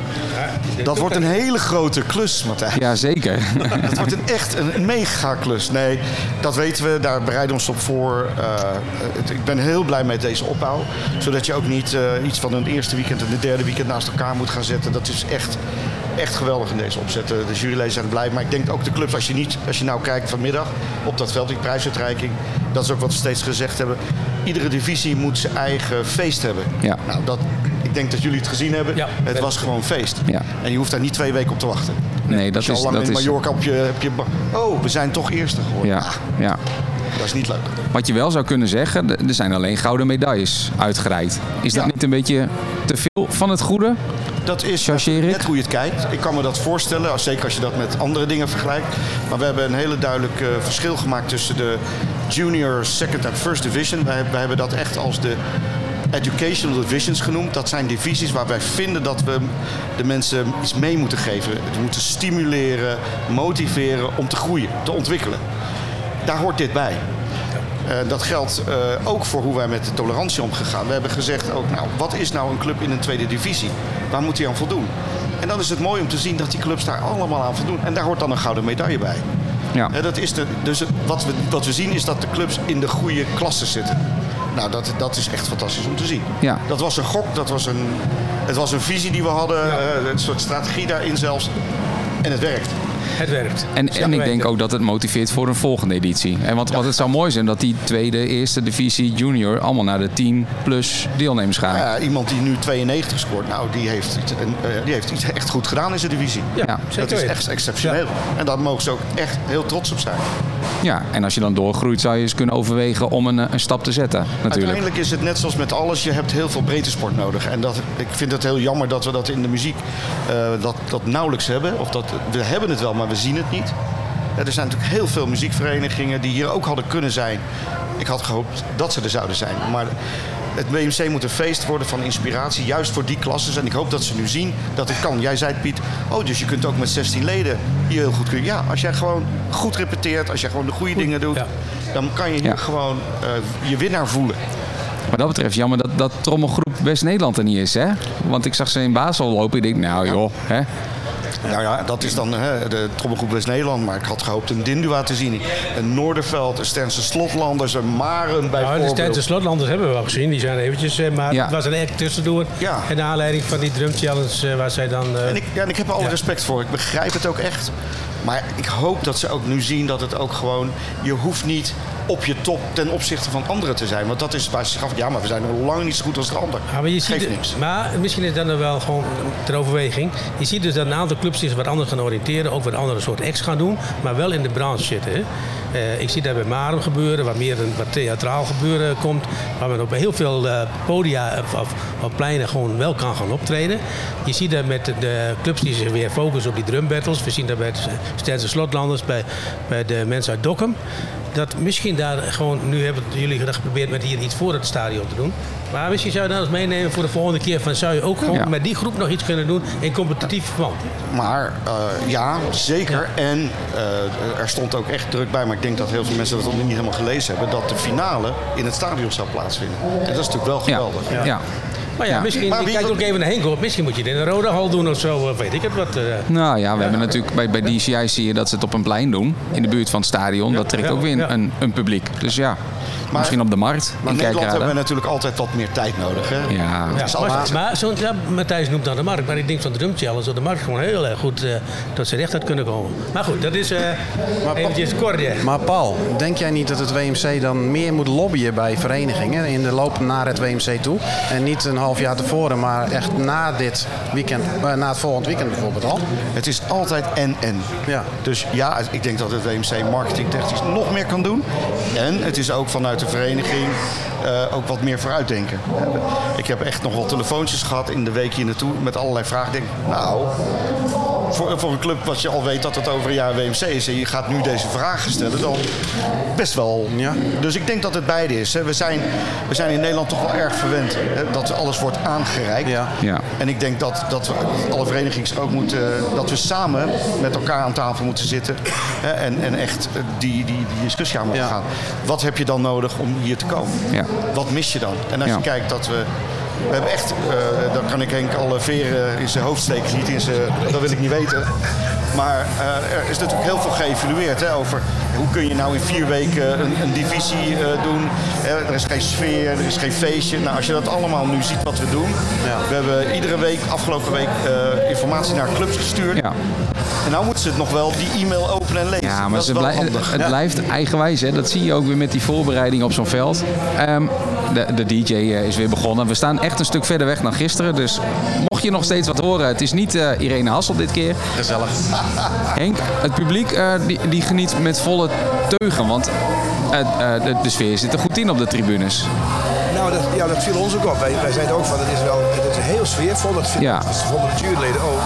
Dat wordt een hele grote klus, Martijn. Ja, zeker. Dat wordt een echt een mega klus. Nee, dat weten we. Daar bereiden we ons op voor. Uh, het, ik ben heel blij met deze opbouw. Zodat je ook niet uh, iets van een eerste weekend en een derde weekend naast elkaar moet gaan zetten. Dat is echt, echt geweldig in deze opzet. De juryleden zijn blij. Maar ik denk ook de clubs, als je, niet, als je nou kijkt vanmiddag op dat veld, die prijsuitreiking. Dat is ook wat we steeds gezegd hebben. Iedere divisie moet zijn eigen feest hebben. Ja. Nou, dat... Ik denk dat jullie het gezien hebben. Ja, het was gewoon feest. Ja. En je hoeft daar niet twee weken op te wachten. Nee, dat Als je is... al lang dat in is... Mallorca op je, heb je... Oh, we zijn toch eerste geworden. Ja, ah, ja. Dat is niet leuk. Wat je wel zou kunnen zeggen, er zijn alleen gouden medailles uitgereikt. Is dat ja. niet een beetje te veel van het goede? Dat is net hoe je het kijkt. Ik kan me dat voorstellen, zeker als je dat met andere dingen vergelijkt. Maar we hebben een hele duidelijk uh, verschil gemaakt tussen de junior, second en first division. Wij, wij hebben dat echt als de educational divisions genoemd. Dat zijn divisies waar wij vinden dat we de mensen iets mee moeten geven. We moeten stimuleren, motiveren om te groeien, te ontwikkelen. Daar hoort dit bij. Uh, dat geldt uh, ook voor hoe wij met de tolerantie omgegaan. We hebben gezegd ook, nou, wat is nou een club in een tweede divisie? Waar moet die aan voldoen? En dan is het mooi om te zien dat die clubs daar allemaal aan voldoen. En daar hoort dan een gouden medaille bij. Ja. Uh, dat is de, dus het, wat, we, wat we zien is dat de clubs in de goede klassen zitten. Nou, dat, dat is echt fantastisch om te zien. Ja. Dat was een gok, dat was een, het was een visie die we hadden. Ja. Uh, een soort strategie daarin zelfs. En het werkt. Het werkt. En, en ik denk ook dat het motiveert voor een volgende editie. En want, ja. want het zou mooi zijn dat die tweede, eerste divisie junior allemaal naar de tien plus deelnemers gaan. Ja, iemand die nu tweeënnegentig scoort, nou, die heeft, uh, die heeft iets echt goed gedaan in zijn divisie. Ja, ja. Dat is echt exceptioneel. Ja. En daar mogen ze ook echt heel trots op zijn. Ja, en als je dan doorgroeit zou je eens kunnen overwegen om een, een stap te zetten. Natuurlijk. Uiteindelijk is het net zoals met alles, je hebt heel veel breedte sport nodig. En dat, ik vind het heel jammer dat we dat in de muziek uh, dat, dat nauwelijks hebben. Of dat, we hebben het wel, maar we zien het niet. Ja, er zijn natuurlijk heel veel muziekverenigingen die hier ook hadden kunnen zijn. Ik had gehoopt dat ze er zouden zijn. Maar het B M C moet een feest worden van inspiratie, juist voor die klasses. En ik hoop dat ze nu zien dat het kan. Jij zei het, Piet, oh, dus je kunt ook met zestien leden hier heel goed kunnen. Ja, als jij gewoon goed repeteert, als jij gewoon de goede goed. dingen doet, ja. dan kan je hier ja. gewoon uh, je winnaar voelen. Wat dat betreft, jammer dat, dat trommelgroep West-Nederland er niet is, hè? Want ik zag ze in Basel lopen. Ik denk, nou joh, hè? Nou ja, dat is dan hè, de trommelgroep West-Nederland. Maar ik had gehoopt een Dindua te zien. Een Noorderveld, een Stense Slotlanders, een Maren bijvoorbeeld. Nou, de Stense Slotlanders hebben we wel gezien. Die zijn eventjes, maar ja. het was er echt tussendoor. Ja. En de aanleiding van die drum challenge waar zij dan... Uh... En ik, ja, en ik heb er alle ja. respect voor. Ik begrijp het ook echt. Maar ik hoop dat ze ook nu zien dat het ook gewoon... Je hoeft niet op je top ten opzichte van anderen te zijn. Want dat is waar ze zich af, ja, maar we zijn nog lang niet zo goed als de ander. Ja, maar je ziet Geeft het, niks. Maar misschien is dat dan wel gewoon ter overweging. Je ziet dus dat een aantal clubs zich wat anders gaan oriënteren, ook wat andere soort acts gaan doen, maar wel in de branche zitten. Hè. Uh, ik zie dat bij Marum gebeuren, waar meer een wat theatraal gebeuren komt, waar men op heel veel uh, podia of, of, of pleinen gewoon wel kan gaan optreden. Je ziet dat met de, de clubs die zich weer focussen op die drum battles. We zien dat bij de Stense Slotlanders, bij, bij de mensen uit Dokkum. Dat misschien daar gewoon, nu hebben jullie geprobeerd met hier iets voor het stadion te doen. Maar misschien zou je dat eens meenemen voor de volgende keer. Van, zou je ook gewoon ja. met die groep nog iets kunnen doen in competitief verband? Maar uh, ja, zeker. Ja. En uh, er stond ook echt druk bij, maar ik denk dat heel veel mensen dat nog niet helemaal gelezen hebben, dat de finale in het stadion zou plaatsvinden. En dat is natuurlijk wel geweldig. Ja. Ja. Maar ja, ja. misschien, maar kijk ook even naar Henk. Misschien moet je het in een rode hal doen of zo, weet ik het wat. Uh. Nou ja, we ja. hebben natuurlijk bij, bij D C I zie je dat ze het op een plein doen, in de buurt van het stadion. Ja. Dat trekt ja. ook weer ja. een, een publiek. Dus ja, maar, misschien op de markt. Maar in Nederland hebben we natuurlijk altijd wat meer tijd nodig. Hè? Ja. Ja, maar maar zo, ja, Matthijs noemt dan de markt, maar ik denk van de Drum Challenge dat de markt gewoon heel erg goed uh, tot zijn recht had kunnen komen. Maar goed, dat is uh, maar eventjes kort. Ja. Maar Paul, denk jij niet dat het W M C dan meer moet lobbyen bij verenigingen in de loop naar het W M C toe? En niet een half jaar tevoren, maar echt na dit weekend, uh, na het volgend weekend bijvoorbeeld al? Het is altijd en-en. Ja. Dus ja, ik denk dat het W M C marketingtechnisch nog meer kan doen. En het is ook vanuit de vereniging uh, ook wat meer vooruitdenken. Ik heb echt nog wel telefoontjes gehad in de week hier naartoe met allerlei vragen. Ik denk, nou, voor, voor een club wat je al weet dat het over een jaar W M C is en je gaat nu deze vragen stellen, dan best wel. Ja. Dus ik denk dat het beide is. Hè. We zijn, we zijn in Nederland toch wel erg verwend, hè, dat alles wordt aangereikt. Ja. Ja. En ik denk dat, dat we, alle verenigingen ook moeten, dat we samen met elkaar aan tafel moeten zitten, hè, en, en echt die, die, die discussie aan moeten ja. gaan. Wat heb je dan nodig om hier te komen? Ja. Wat mis je dan? En als ja. je kijkt dat we We hebben echt, uh, dan kan ik Henk alle veren in zijn hoofd steken, niet in zijn, dat wil ik niet weten. Maar uh, er is natuurlijk heel veel geëvalueerd hè, over hoe kun je nou in vier weken een, een divisie uh, doen. Uh, er is geen sfeer, er is geen feestje. Nou, als je dat allemaal nu ziet wat we doen. Ja. We hebben iedere week, afgelopen week, uh, informatie naar clubs gestuurd. Ja. En nou moeten ze het nog wel, die e-mail openen en lezen. Ja, maar het, blij, het, het ja. blijft eigenwijs. Hè? Dat zie je ook weer met die voorbereiding op zo'n veld. Um, de, de D J is weer begonnen. We staan echt een stuk verder weg dan gisteren. Dus mocht je nog steeds wat horen, het is niet uh, Irene Hassel dit keer. Gezellig. Henk, het publiek uh, die, die geniet met volle teugen. Want uh, uh, de, de sfeer zit er goed in op de tribunes. Nou, dat, ja, dat viel ons ook op. Wij, wij zeiden ook van, het is wel het is heel sfeervol. Dat ja. vonden de juryleden ook.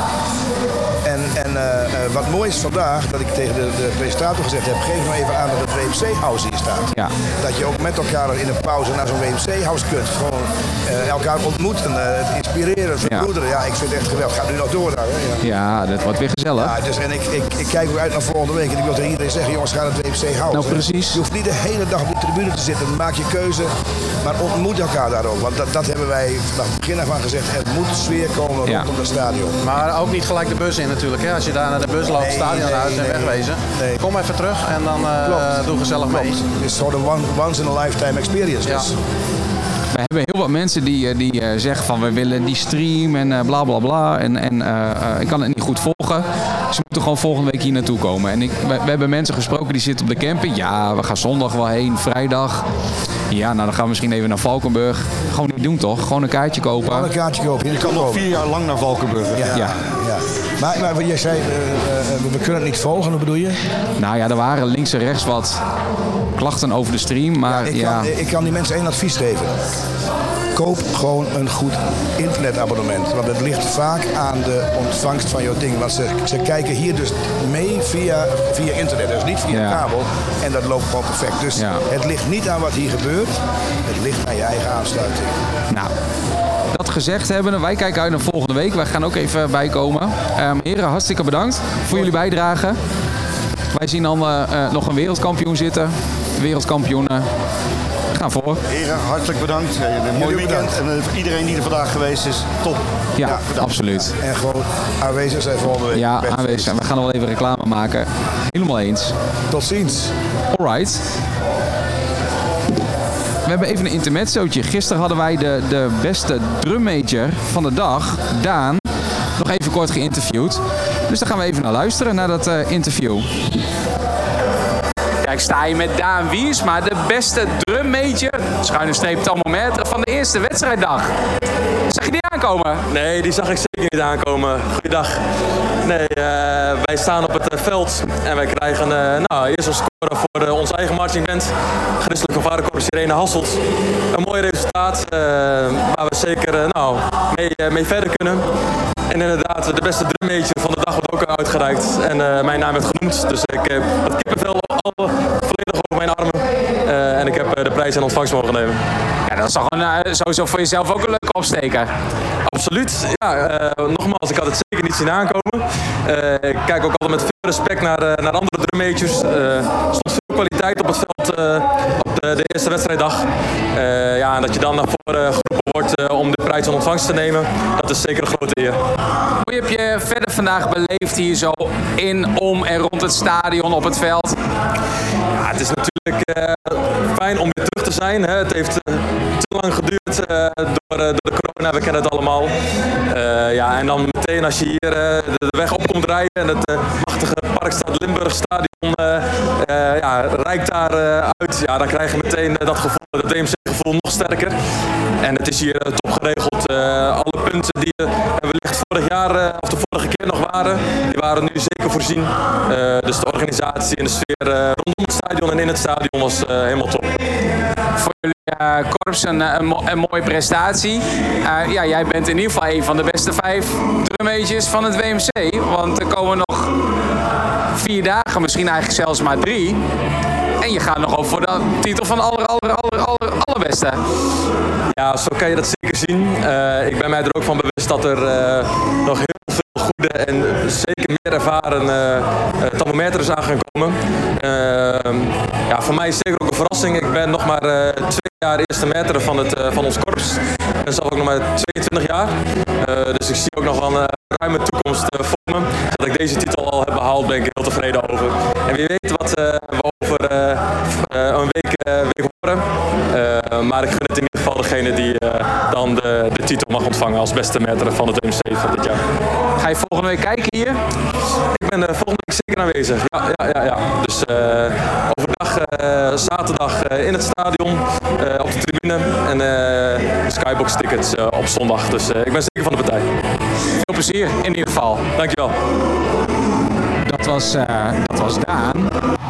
En, en uh, uh, wat mooi is vandaag, dat ik tegen de, de presentator gezegd heb, geef nou even aan dat het W M C-house hier staat. Ja. Dat je ook met elkaar in een pauze naar zo'n W M C-house kunt. Gewoon uh, elkaar ontmoeten, uh, het inspireren, verbroederen. Ja. ja, ik vind het echt geweldig. Gaat nu nog door daar, hè? Ja. ja, dat wordt weer gezellig. Ja, dus, en ik, ik, ik kijk ook uit naar volgende week en ik wil tegen iedereen zeggen, jongens, ga naar het W M C-house. Nou, precies. Je hoeft niet de hele dag op de tribune te zitten, maak je keuze, maar ontmoet elkaar daar ook. Want dat, dat hebben wij vanaf het begin af aan gezegd, er moet sfeer komen ja. rondom het stadion. Maar ook niet gelijk de bus in natuurlijk, hè? Als je daar naar de bus loopt, nee, stadion nee, uit en nee, wegwezen. Nee. Kom even terug en dan uh, doe gezellig Klopt. mee. Het is gewoon een one, once in a lifetime experience. Ja. Dus. We hebben heel wat mensen die, die uh, zeggen van we willen die stream en uh, bla bla bla. En, en uh, uh, ik kan het niet goed volgen. Ze moeten gewoon volgende week hier naartoe komen. En ik, we, we hebben mensen gesproken die zitten op de camping. Ja, we gaan zondag wel heen, vrijdag. Ja, nou dan gaan we misschien even naar Valkenburg. Gewoon niet doen toch? Gewoon een kaartje kopen. Gewoon een kaartje kopen. Je kan nog vier jaar lang naar Valkenburg. Ja. ja. ja. Maar, maar jij zei, uh, uh, we kunnen het niet volgen, hoe bedoel je? Nou ja, er waren links en rechts wat klachten over de stream. Maar ja, ik, ja. Kan, ik kan die mensen één advies geven. Koop gewoon een goed internetabonnement. Want het ligt vaak aan de ontvangst van jouw ding. Want ze, ze kijken hier dus mee via, via internet. Dus niet via ja. kabel. En dat loopt gewoon perfect. Dus ja. het ligt niet aan wat hier gebeurt. Het ligt aan je eigen aansluiting. Nou, dat gezegd hebben, wij kijken uit naar volgende week. Wij gaan ook even bijkomen. Um, heren, hartstikke bedankt voor jullie bijdrage. Wij zien dan uh, uh, nog een wereldkampioen zitten. Wereldkampioenen. Gaan voor. Heren, hartelijk bedankt. Een mooi weekend. En uh, iedereen die er vandaag geweest is, top. Ja, ja absoluut. En gewoon aanwezig zijn volgende week. Ja, aanwezig zijn. We gaan nog wel even reclame maken. Helemaal eens. Tot ziens. Alright. We hebben even een intermezzootje. Gisteren hadden wij de, de beste drummajor van de dag, Daan, nog even kort geïnterviewd. Dus daar gaan we even naar luisteren, naar dat uh, interview. Ja, ik sta hier met Daan Wiersma, de beste drummajor, schuine streep thermometer van de eerste wedstrijddag. Zag je die aankomen? Nee, die zag ik zeker niet aankomen. Goeiedag. Nee, uh, wij staan op het uh, veld en wij krijgen uh, nou, eerst een score voor uh, onze eigen marchingband. Christelijk Gevarenkorps Sirene Hasselt. Een mooi resultaat uh, waar we zeker uh, nou, mee, uh, mee verder kunnen. En inderdaad, de beste drummajor van de dag wordt ook uitgereikt. En uh, mijn naam werd genoemd, dus ik heb het kippenvel al volledig over mijn armen. Uh, en ik heb uh, de prijs in ontvangst mogen nemen. Ja, dat is toch een, uh, sowieso voor jezelf ook een leuke opsteker. Absoluut. Ja, uh, nogmaals, ik had het zeker niet zien aankomen. Uh, ik kijk ook altijd met veel respect naar, uh, naar andere drummajors. Er uh, stond veel kwaliteit op het veld uh, op de, de eerste wedstrijddag. Uh, ja, en dat je dan naar voren geroepen wordt uh, om de prijs in ontvangst te nemen, dat is zeker een grote eer. Hoe heb je verder vandaag beleefd hier zo in, om en rond het stadion op het veld? Ja, het is natuurlijk uh, fijn om weer terug te zijn. Hè. Het heeft uh, te lang geduurd uh, door, uh, door de corona, we kennen het allemaal. Uh, ja, en dan meteen als je hier uh, de, de weg op komt rijden en het uh, machtige Parkstad Limburg stadion uh, uh, ja, rijkt daar uh, uit, ja, dan krijg je meteen uh, dat gevoel, dat D M C-gevoel nog sterker. En het is hier uh, top geregeld. Uh, alle punten die uh, wellicht vorig jaar uh, of de vorige keer nog waren, die waren nu zeker voorzien. Uh, dus de organisatie en de sfeer uh, rondom het stadion en in het stadion was uh, helemaal top. Voor jullie uh, korps een, een, een mooie prestatie. Uh, ja, jij bent in ieder geval een van de beste vijf drummajors van het W M C. Want er komen nog vier dagen, misschien eigenlijk zelfs maar drie. En je gaat nog over voor de titel van aller, aller, aller, aller, allerbeste. Ja, zo kan je dat zeker zien. Uh, ik ben mij er ook van bewust dat er uh, nog heel veel goede en zeker meer ervaren uh, uh, thermometers aan gaan komen. Uh, ja, voor mij is het zeker ook een verrassing. Ik ben nog maar uh, twee jaar eerste meter van, het, uh, van ons korps. Ik ben zelf ook nog maar tweeëntwintig jaar. Uh, dus ik zie ook nog wel een uh, ruime toekomst uh, voor me. Dat ik deze titel al heb behaald, ben ik heel tevreden over. En wie weet wat uh, we over uh, uh, een week, uh, week horen. Uh, maar ik gun het in ieder geval degene die uh, dan de, de titel mag ontvangen als beste meter van het W M C van dit jaar. Ga je volgende week kijken hier? Ik ben uh, volgende week zeker aanwezig. Ja, ja, ja, ja. Dus uh, overdag, uh, zaterdag uh, in het stadion, uh, op de tribune en uh, skybox tickets uh, op zondag. Dus uh, ik ben zeker van de partij. Veel plezier in ieder geval. Dankjewel. Dat was, uh, dat was Daan.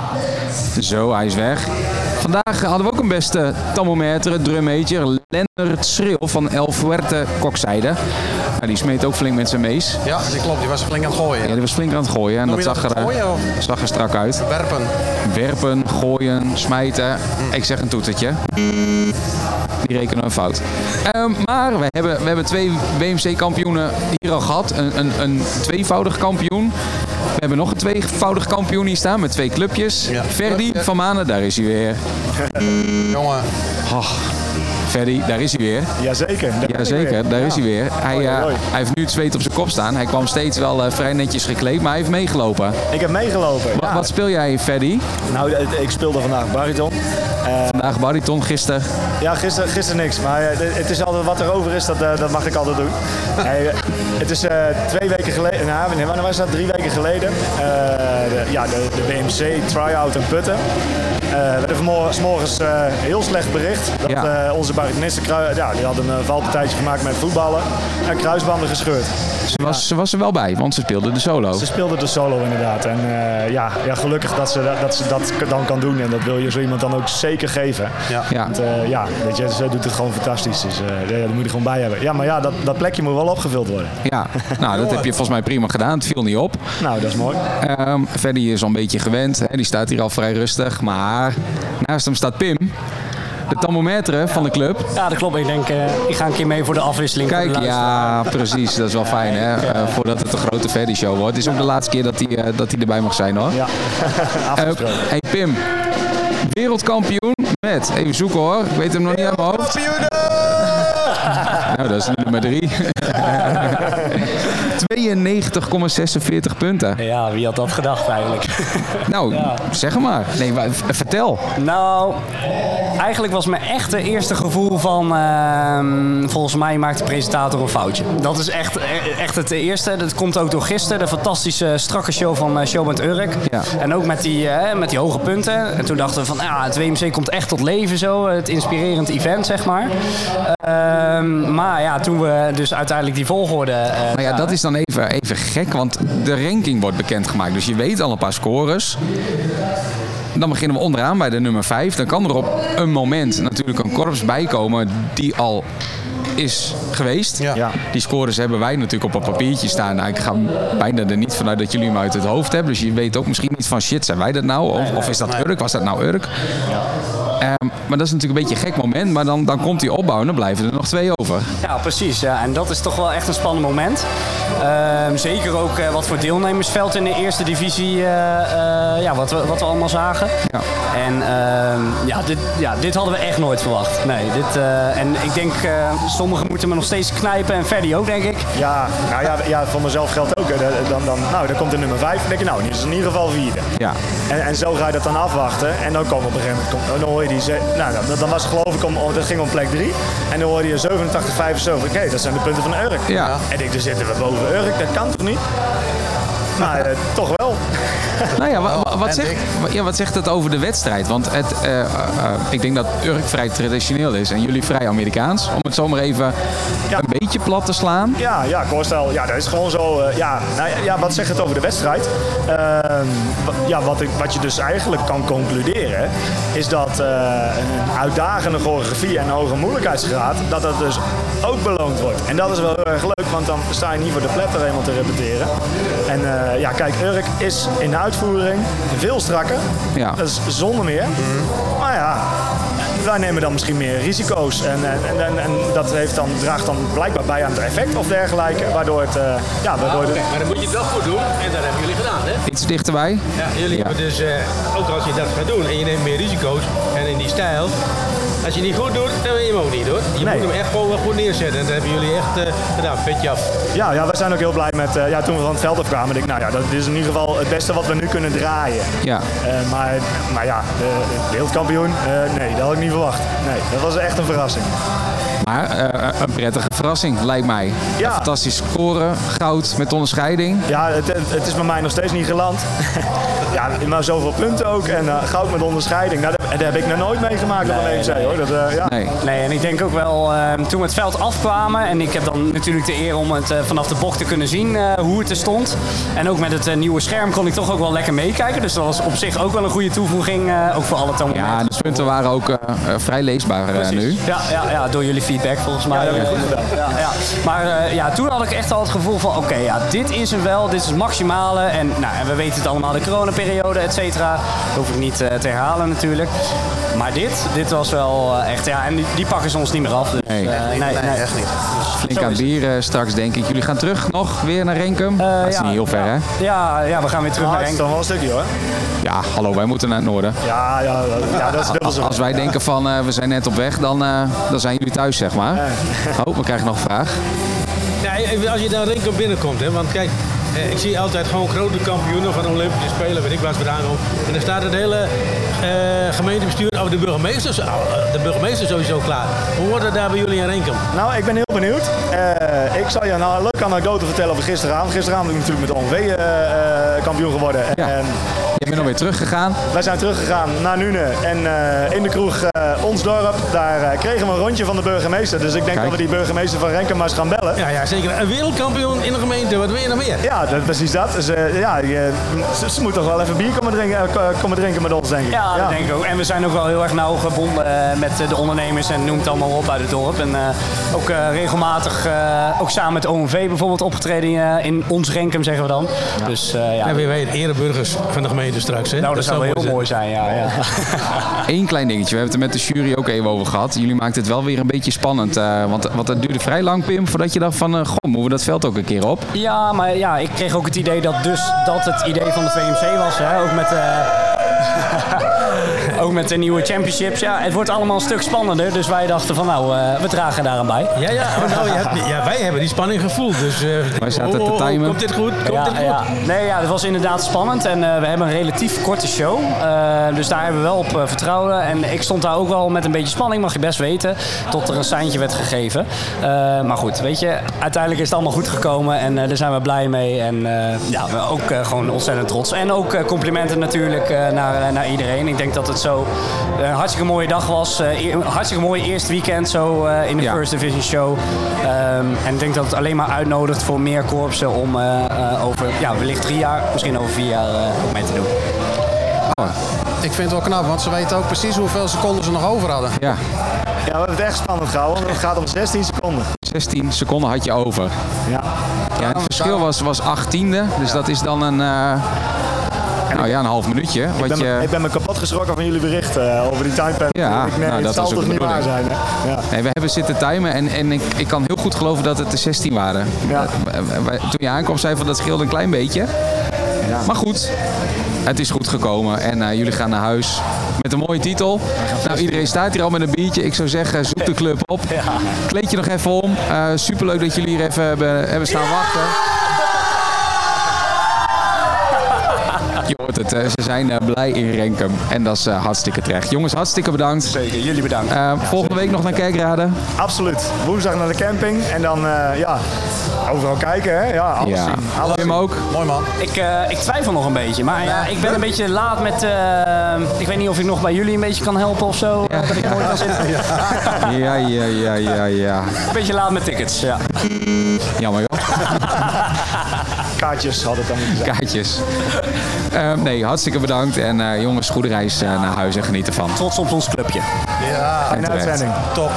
Zo, hij is weg. Vandaag hadden we ook een beste thermometer, drummajor, Lennart Schreeuw van El Fuerte Kokzijde. Nou, die smeet ook flink met zijn mees. Ja, dat klopt. Die was flink aan het gooien. Ja, die was flink aan het gooien. En dat, dat zag, er, gooien, zag er strak uit. Werpen. Werpen, gooien, smijten. Mm. Ik zeg een toetertje. Die rekenen we fout. Um, maar we hebben, we hebben twee W M C-kampioenen hier al gehad. Een, een, een tweevoudig kampioen. We hebben nog een tweevoudig kampioen hier staan met twee clubjes. Ja. Ferdi van Manen, daar is hij weer. Jongen. Oh, Ferdi, daar is hij weer. Jazeker. Daar Jazeker, daar ja. is hij weer. Hij, uh, hij heeft nu het zweet op zijn kop staan. Hij kwam steeds wel uh, vrij netjes gekleed, maar hij heeft meegelopen. Ik heb meegelopen. Wa- ja. Wat speel jij, Ferdi? Nou, ik speelde vandaag bariton. Uh, vandaag bariton, gisteren? Ja, gisteren, gisteren niks. Maar uh, het is altijd wat er over is, dat, uh, dat mag ik altijd doen. hey, het is uh, twee weken geleden, nou, wanneer was dat? Drie weken geleden. Uh, de, ja, de, de W M C try-out in Putten. Uh, we hebben vanmorgen 's morgens uh, heel slecht bericht dat ja. uh, onze baritonisten ja, die hadden een valpartijtje gemaakt met voetballen en kruisbanden gescheurd. Ze was, ja. ze was er wel bij, want ze speelde de solo. Ze speelde de solo inderdaad. En uh, ja, ja, gelukkig dat ze, dat ze dat dan kan doen en dat wil je zo iemand dan ook zeker geven. Ja. Ja. Want uh, ja, weet je, ze doet het gewoon fantastisch. Dus uh, ja, daar moet je gewoon bij hebben. Ja, maar ja, dat, dat plekje moet wel opgevuld worden. Ja, nou dat heb je volgens mij prima gedaan. Het viel niet op. Nou, dat is mooi. Um, Ferdi is al een beetje gewend. Hè. Die staat hier al vrij rustig. Maar naast hem staat Pim. De thermometer van de club. Ja, dat klopt. Ik denk, uh, ik ga een keer mee voor de afwisseling. Kijk, ja, precies. Dat is wel fijn, hè? Uh, voordat het een grote Ferdi-show wordt. Het is ook de laatste keer dat hij, uh, dat hij erbij mag zijn, hoor. Ja, uh, hey Pim, wereldkampioen met, even zoeken hoor, ik weet hem nog niet uit mijn hoofd. Nou, dat is nummer drie. tweeënnegentig komma zesenveertig punten. Ja, wie had dat gedacht eigenlijk? Nou, ja. zeg maar. Nee, maar, vertel. Nou, eigenlijk was mijn echte eerste gevoel van... Uh, volgens mij maakt de presentator een foutje. Dat is echt, echt het eerste. Dat komt ook door gisteren. De fantastische strakke show van uh, Show met Urk. Ja. En ook met die, uh, met die hoge punten. En toen dachten we van, ja, het W M C komt echt tot leven zo. Het inspirerend event, zeg maar. Uh, maar ja, toen we dus uiteindelijk die volgorde... Uh, maar ja, dat is dan even, even gek, want de ranking wordt bekendgemaakt. Dus je weet al een paar scores. Dan beginnen we onderaan bij de nummer vijf. Dan kan er op een moment natuurlijk een korps bijkomen die al is geweest. Ja. Ja. Die scores hebben wij natuurlijk op een papiertje staan. Nou, ik ga bijna er niet vanuit dat jullie hem uit het hoofd hebben. Dus je weet ook misschien niet van shit, zijn wij dat nou? Of, of is dat Urk? Was dat nou Urk? Ja. Um, maar dat is natuurlijk een beetje een gek moment. Maar dan, dan komt die opbouw en dan blijven er nog twee over. Ja, precies. Ja. En dat is toch wel echt een spannend moment. Um, zeker ook uh, wat voor deelnemersveld in de eerste divisie. Uh, uh, ja, wat, we, wat we allemaal zagen. Ja. En uh, ja, dit, ja, dit hadden we echt nooit verwacht. Nee, dit, uh, en ik denk, uh, sommigen moeten me nog steeds knijpen. En Ferdy ook, denk ik. Ja, nou ja, ja voor mezelf geldt ook. Dan, dan, nou, dan komt de nummer vijf. Dan denk je, nou, die is in ieder geval vierde. Ja. En, en zo ga je dat dan afwachten. En dan komen op een gegeven moment... Dan hoor je die... Nou, dan was het geloof ik om... Dat ging om plek drie. En dan hoorde je zevenentachtig, vijfenzeventig. Oké, okay, dat zijn de punten van Urk. Ja. En ik, dan zitten we boven Urk. Dat kan toch niet? Maar uh, toch wel. Nou ja, wat, wat, zegt, ja, wat zegt het over de wedstrijd? Want het, uh, uh, ik denk dat Urk vrij traditioneel is en jullie vrij Amerikaans. Om het zomaar even ja. een beetje plat te slaan. Ja, ja, Koorstel, ja, dat is gewoon zo. Uh, ja, nou, ja, wat zegt het over de wedstrijd? Uh, ja, wat, ik, wat je dus eigenlijk kan concluderen, is dat uh, een uitdagende choreografie en een hoge moeilijkheidsgraad, dat dat dus ook beloond wordt. En dat is wel heel erg leuk, want dan sta je niet voor de pletter helemaal te repeteren. En uh, ja, kijk, Urk is in de uitvoering veel strakker. Ja. Dat is zonder meer. Mm. Maar ja, wij nemen dan misschien meer risico's. En, en, en, en dat heeft dan, draagt dan blijkbaar bij aan het effect of dergelijke. Waardoor het... Uh, ja, waardoor ah, okay. de... Maar dan moet je het wel goed doen. En dat hebben jullie gedaan, hè? Iets dichterbij. Ja, jullie ja. hebben dus, uh, ook als je dat gaat doen en je neemt meer risico's en in die stijl... Als je niet goed doet, dan wil je hem ook niet, hoor. Je nee. moet hem echt gewoon wel goed neerzetten. En dat hebben jullie echt uh, gedaan, petje af. Ja, ja, we zijn ook heel blij met... Uh, ja, toen we van het veld afkwamen, denk ik, nou ja, dat is in ieder geval het beste wat we nu kunnen draaien. Ja. Uh, maar, maar ja, de, de wereldkampioen, uh, nee, dat had ik niet verwacht. Nee, dat was echt een verrassing. Maar uh, een prettige verrassing, lijkt mij. Ja. Fantastisch scoren, goud met onderscheiding. Ja, het, het, het is bij mij nog steeds niet geland. Ja, maar zoveel punten ook. En uh, goud met onderscheiding, nou, dat, dat heb ik nog nooit meegemaakt nee, op een W M C, hoor. Dat, uh, ja. nee. nee, en ik denk ook wel, uh, toen we het veld afkwamen... en ik heb dan natuurlijk de eer om het uh, vanaf de bocht te kunnen zien uh, hoe het er stond. En ook met het uh, nieuwe scherm kon ik toch ook wel lekker meekijken. Dus dat was op zich ook wel een goede toevoeging, uh, ook voor alle tonen. Ja, de punten waren ook uh, uh, vrij leesbaar uh, nu. Ja, ja, ja, door jullie feedback volgens mij. Ja, ja, ja, ja. Maar uh, ja, toen had ik echt al het gevoel van, oké, okay, ja, dit is hem wel, dit is het maximale. En, nou, en we weten het allemaal, de coronaperiode, et cetera. Dat hoef ik niet uh, te herhalen natuurlijk. Maar dit, dit was wel uh, echt, ja, en die, die pakken ze ons niet meer af. Dus, nee. Uh, nee, nee, nee, echt niet. Dus flink aan bier uh, straks, denk ik. Jullie gaan terug nog weer naar Renkum? Uh, dat is ja, niet heel ver, ja. hè? Ja, ja, we gaan weer terug ah, naar Renkum. Dat is dan wel een stukje, hoor. Ja, hallo, wij moeten naar het noorden. Ja, ja, ja dat is dubbel zo. Als wij denken van, uh, we zijn net op weg, dan, uh, dan zijn jullie thuis, zeg maar. Oh, we krijgen nog een vraag. Ja, als je daar Renkum binnenkomt, hè, want kijk... Ik zie altijd gewoon grote kampioenen van de Olympische Spelen, weet ik waar ze vandaan komen. En dan staat het hele uh, gemeentebestuur, of de burgemeester, de burgemeester sowieso klaar. Hoe wordt het daar bij jullie in Renkum? Nou, ik ben heel benieuwd. Uh, ik zal je nou een leuke anekdote vertellen over gisteravond. Gisteravond ben ik natuurlijk met de O M V uh, uh, kampioen geworden. Ja. En, je bent alweer teruggegaan. Wij zijn teruggegaan naar Nune en uh, in de kroeg uh, Ons Dorp, daar uh, kregen we een rondje van de burgemeester. Dus ik denk Kijk. dat we die burgemeester van Renkum maar eens gaan bellen. Ja, ja, zeker. Een wereldkampioen in de gemeente, wat wil je nog meer? Ja, dat, precies dat. Dus, uh, ja, je, ze, ze moet toch wel even bier komen drinken, uh, komen drinken met ons, denk ik. Ja, dat ja. denk ik ook. En we zijn ook wel heel erg nauw gebonden uh, met de ondernemers en noem het allemaal op uit het dorp. En uh, ook uh, regelmatig, uh, ook samen met O M V bijvoorbeeld opgetreden uh, in ons Renkum, zeggen we dan. Ja. Dus, uh, ja. En weer weet ereburgers van de gemeente straks, hè? Nou, dat, dat zou wel heel zijn. mooi zijn, ja. ja. Eén klein dingetje, we hebben het er met de jury ook even over gehad. Jullie maakten het wel weer een beetje spannend, uh, want, want het duurde vrij lang, Pim, voordat je dacht van, uh, goh, moeten we dat veld ook een keer op? Ja, maar ja, ik kreeg ook het idee dat dus dat het idee van de V M C was, hè? Ook met... Uh, ook met de nieuwe championships. Ja, het wordt allemaal een stuk spannender. Dus wij dachten van nou, uh, we dragen daaraan bij. Ja, ja, nou, je hebt, ja, wij hebben die spanning gevoeld. Dus uh, wij zaten oh, te timen. Oh, komt dit goed? Komt ja, dit goed? Ja. Nee, ja, het was inderdaad spannend. En uh, we hebben een relatief korte show. Uh, dus daar hebben we wel op uh, vertrouwen. En ik stond daar ook wel met een beetje spanning, mag je best weten. Tot er een seintje werd gegeven. Uh, maar goed, weet je, uiteindelijk is het allemaal goed gekomen. En uh, daar zijn we blij mee. En uh, ja, we ook uh, gewoon ontzettend trots. En ook uh, complimenten natuurlijk uh, naar, uh, naar iedereen. Ik denk dat het zo uh, een hartstikke mooie dag was. Uh, een hartstikke mooi eerste weekend zo uh, in de ja. First Division Show. Um, en ik denk dat het alleen maar uitnodigt voor meer korpsen om uh, uh, over ja, wellicht drie jaar, misschien over vier jaar uh, mee te doen. Oh. Ik vind het wel knap, want ze weten ook precies hoeveel seconden ze nog over hadden. Ja. Ja, we hebben het echt spannend gehouden, want het gaat om zestien seconden. zestien seconden had je over. Ja. Ja, het verschil was, was achttiende, dus ja. dat is dan een, uh, nou ja, een half minuutje. Ik wat ben, je... me, ik ben me kapot geschrokken van jullie berichten uh, over die timepad. Ja, ik, nee, nou, dat het zal was toch niet waar zijn, hè? Ja. Nee, we hebben zitten timen en, en ik, ik kan heel goed geloven dat het de zestien waren. Ja. Toen je aankwam zei van dat scheelde een klein beetje. Ja. Maar goed, het is goed gekomen en uh, jullie gaan naar huis met een mooie titel. Nou, iedereen staat hier al met een biertje. Ik zou zeggen, zoek de club op. Ja. Kleed je nog even om. Uh, superleuk dat jullie hier even hebben, hebben staan wachten. Je hoort het, uh, ze zijn uh, blij in Renkum. En dat is uh, hartstikke terecht. Jongens, hartstikke bedankt. Zeker, jullie bedankt. Uh, ja, volgende week nog naar Kerkrade? Absoluut. Woensdag naar de camping. En dan, uh, ja, overal kijken, hè? Ja, alles ja. zien. Alles Wim ook? Mooi man. Ik, uh, ik twijfel nog een beetje. Maar ja, ik ben een beetje laat met... Uh, ik weet niet of ik nog bij jullie een beetje kan helpen of zo. Ja. Dat ik nooit kan zitten. Ja, ja, ja, ja, ja. Een beetje laat met tickets, ja. Jammer joh. Kaartjes had het dan moeten zijn. Kaartjes. Uh, nee, hartstikke bedankt. En uh, jongens, goede reis uh, naar huis en geniet ervan. Trots op ons clubje. Ja, een uitzending. Top.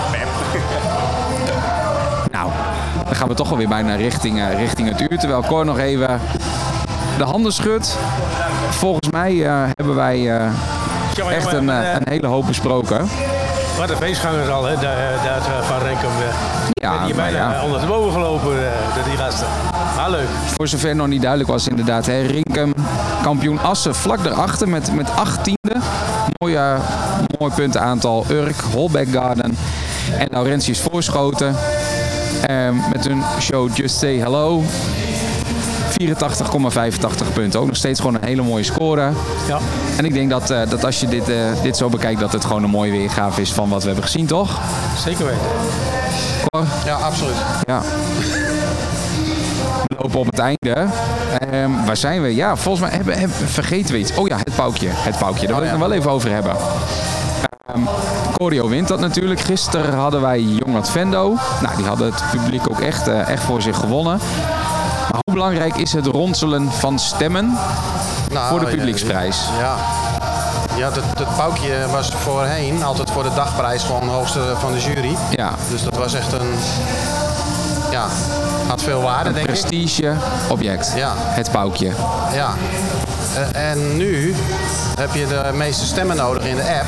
Nou, dan gaan we toch alweer bijna richting, uh, richting het uur. Terwijl Cor nog even de handen schudt. Volgens mij uh, hebben wij uh, echt een, uh, een hele hoop besproken. Wat een feestgangers al, hè, daar, daar van Renkum. Ik ben hier bijna ja. onder de boven gelopen, uh, door die gasten. Maar leuk. Voor zover nog niet duidelijk was inderdaad, hè, Renkum, kampioen Assen vlak daarachter met, met achttiende. Mooi, uh, mooi puntenaantal. Urk, Holbeck Garden en Laurentius Voorschoten. Um, met hun show Just Say Hello. vierentachtig komma vijfentachtig punten. Ook nog steeds gewoon een hele mooie score. Ja. En ik denk dat, uh, dat als je dit, uh, dit zo bekijkt, dat het gewoon een mooie weergave is van wat we hebben gezien, toch? Zeker weten. Cor? Ja, absoluut. Ja. We lopen op het einde. Um, waar zijn we? Ja, volgens mij hebben, hebben, vergeten we iets. Oh ja, het paukje. Het paukje. Daar wil ik het nog wel even over hebben. Um, Corio wint dat natuurlijk. Gisteren hadden wij Jong Advendo. Nou, die hadden het publiek ook echt, uh, echt voor zich gewonnen. Maar hoe belangrijk is het ronselen van stemmen nou, voor de publieksprijs? Ja, ja dat, dat paukje was voorheen altijd voor de dagprijs gewoon de hoogste van de jury. Ja. Dus dat was echt een... Ja, had veel waarde, een denk ik. Een prestige-object. Ja. Het paukje. Ja. Uh, en nu heb je de meeste stemmen nodig in de app.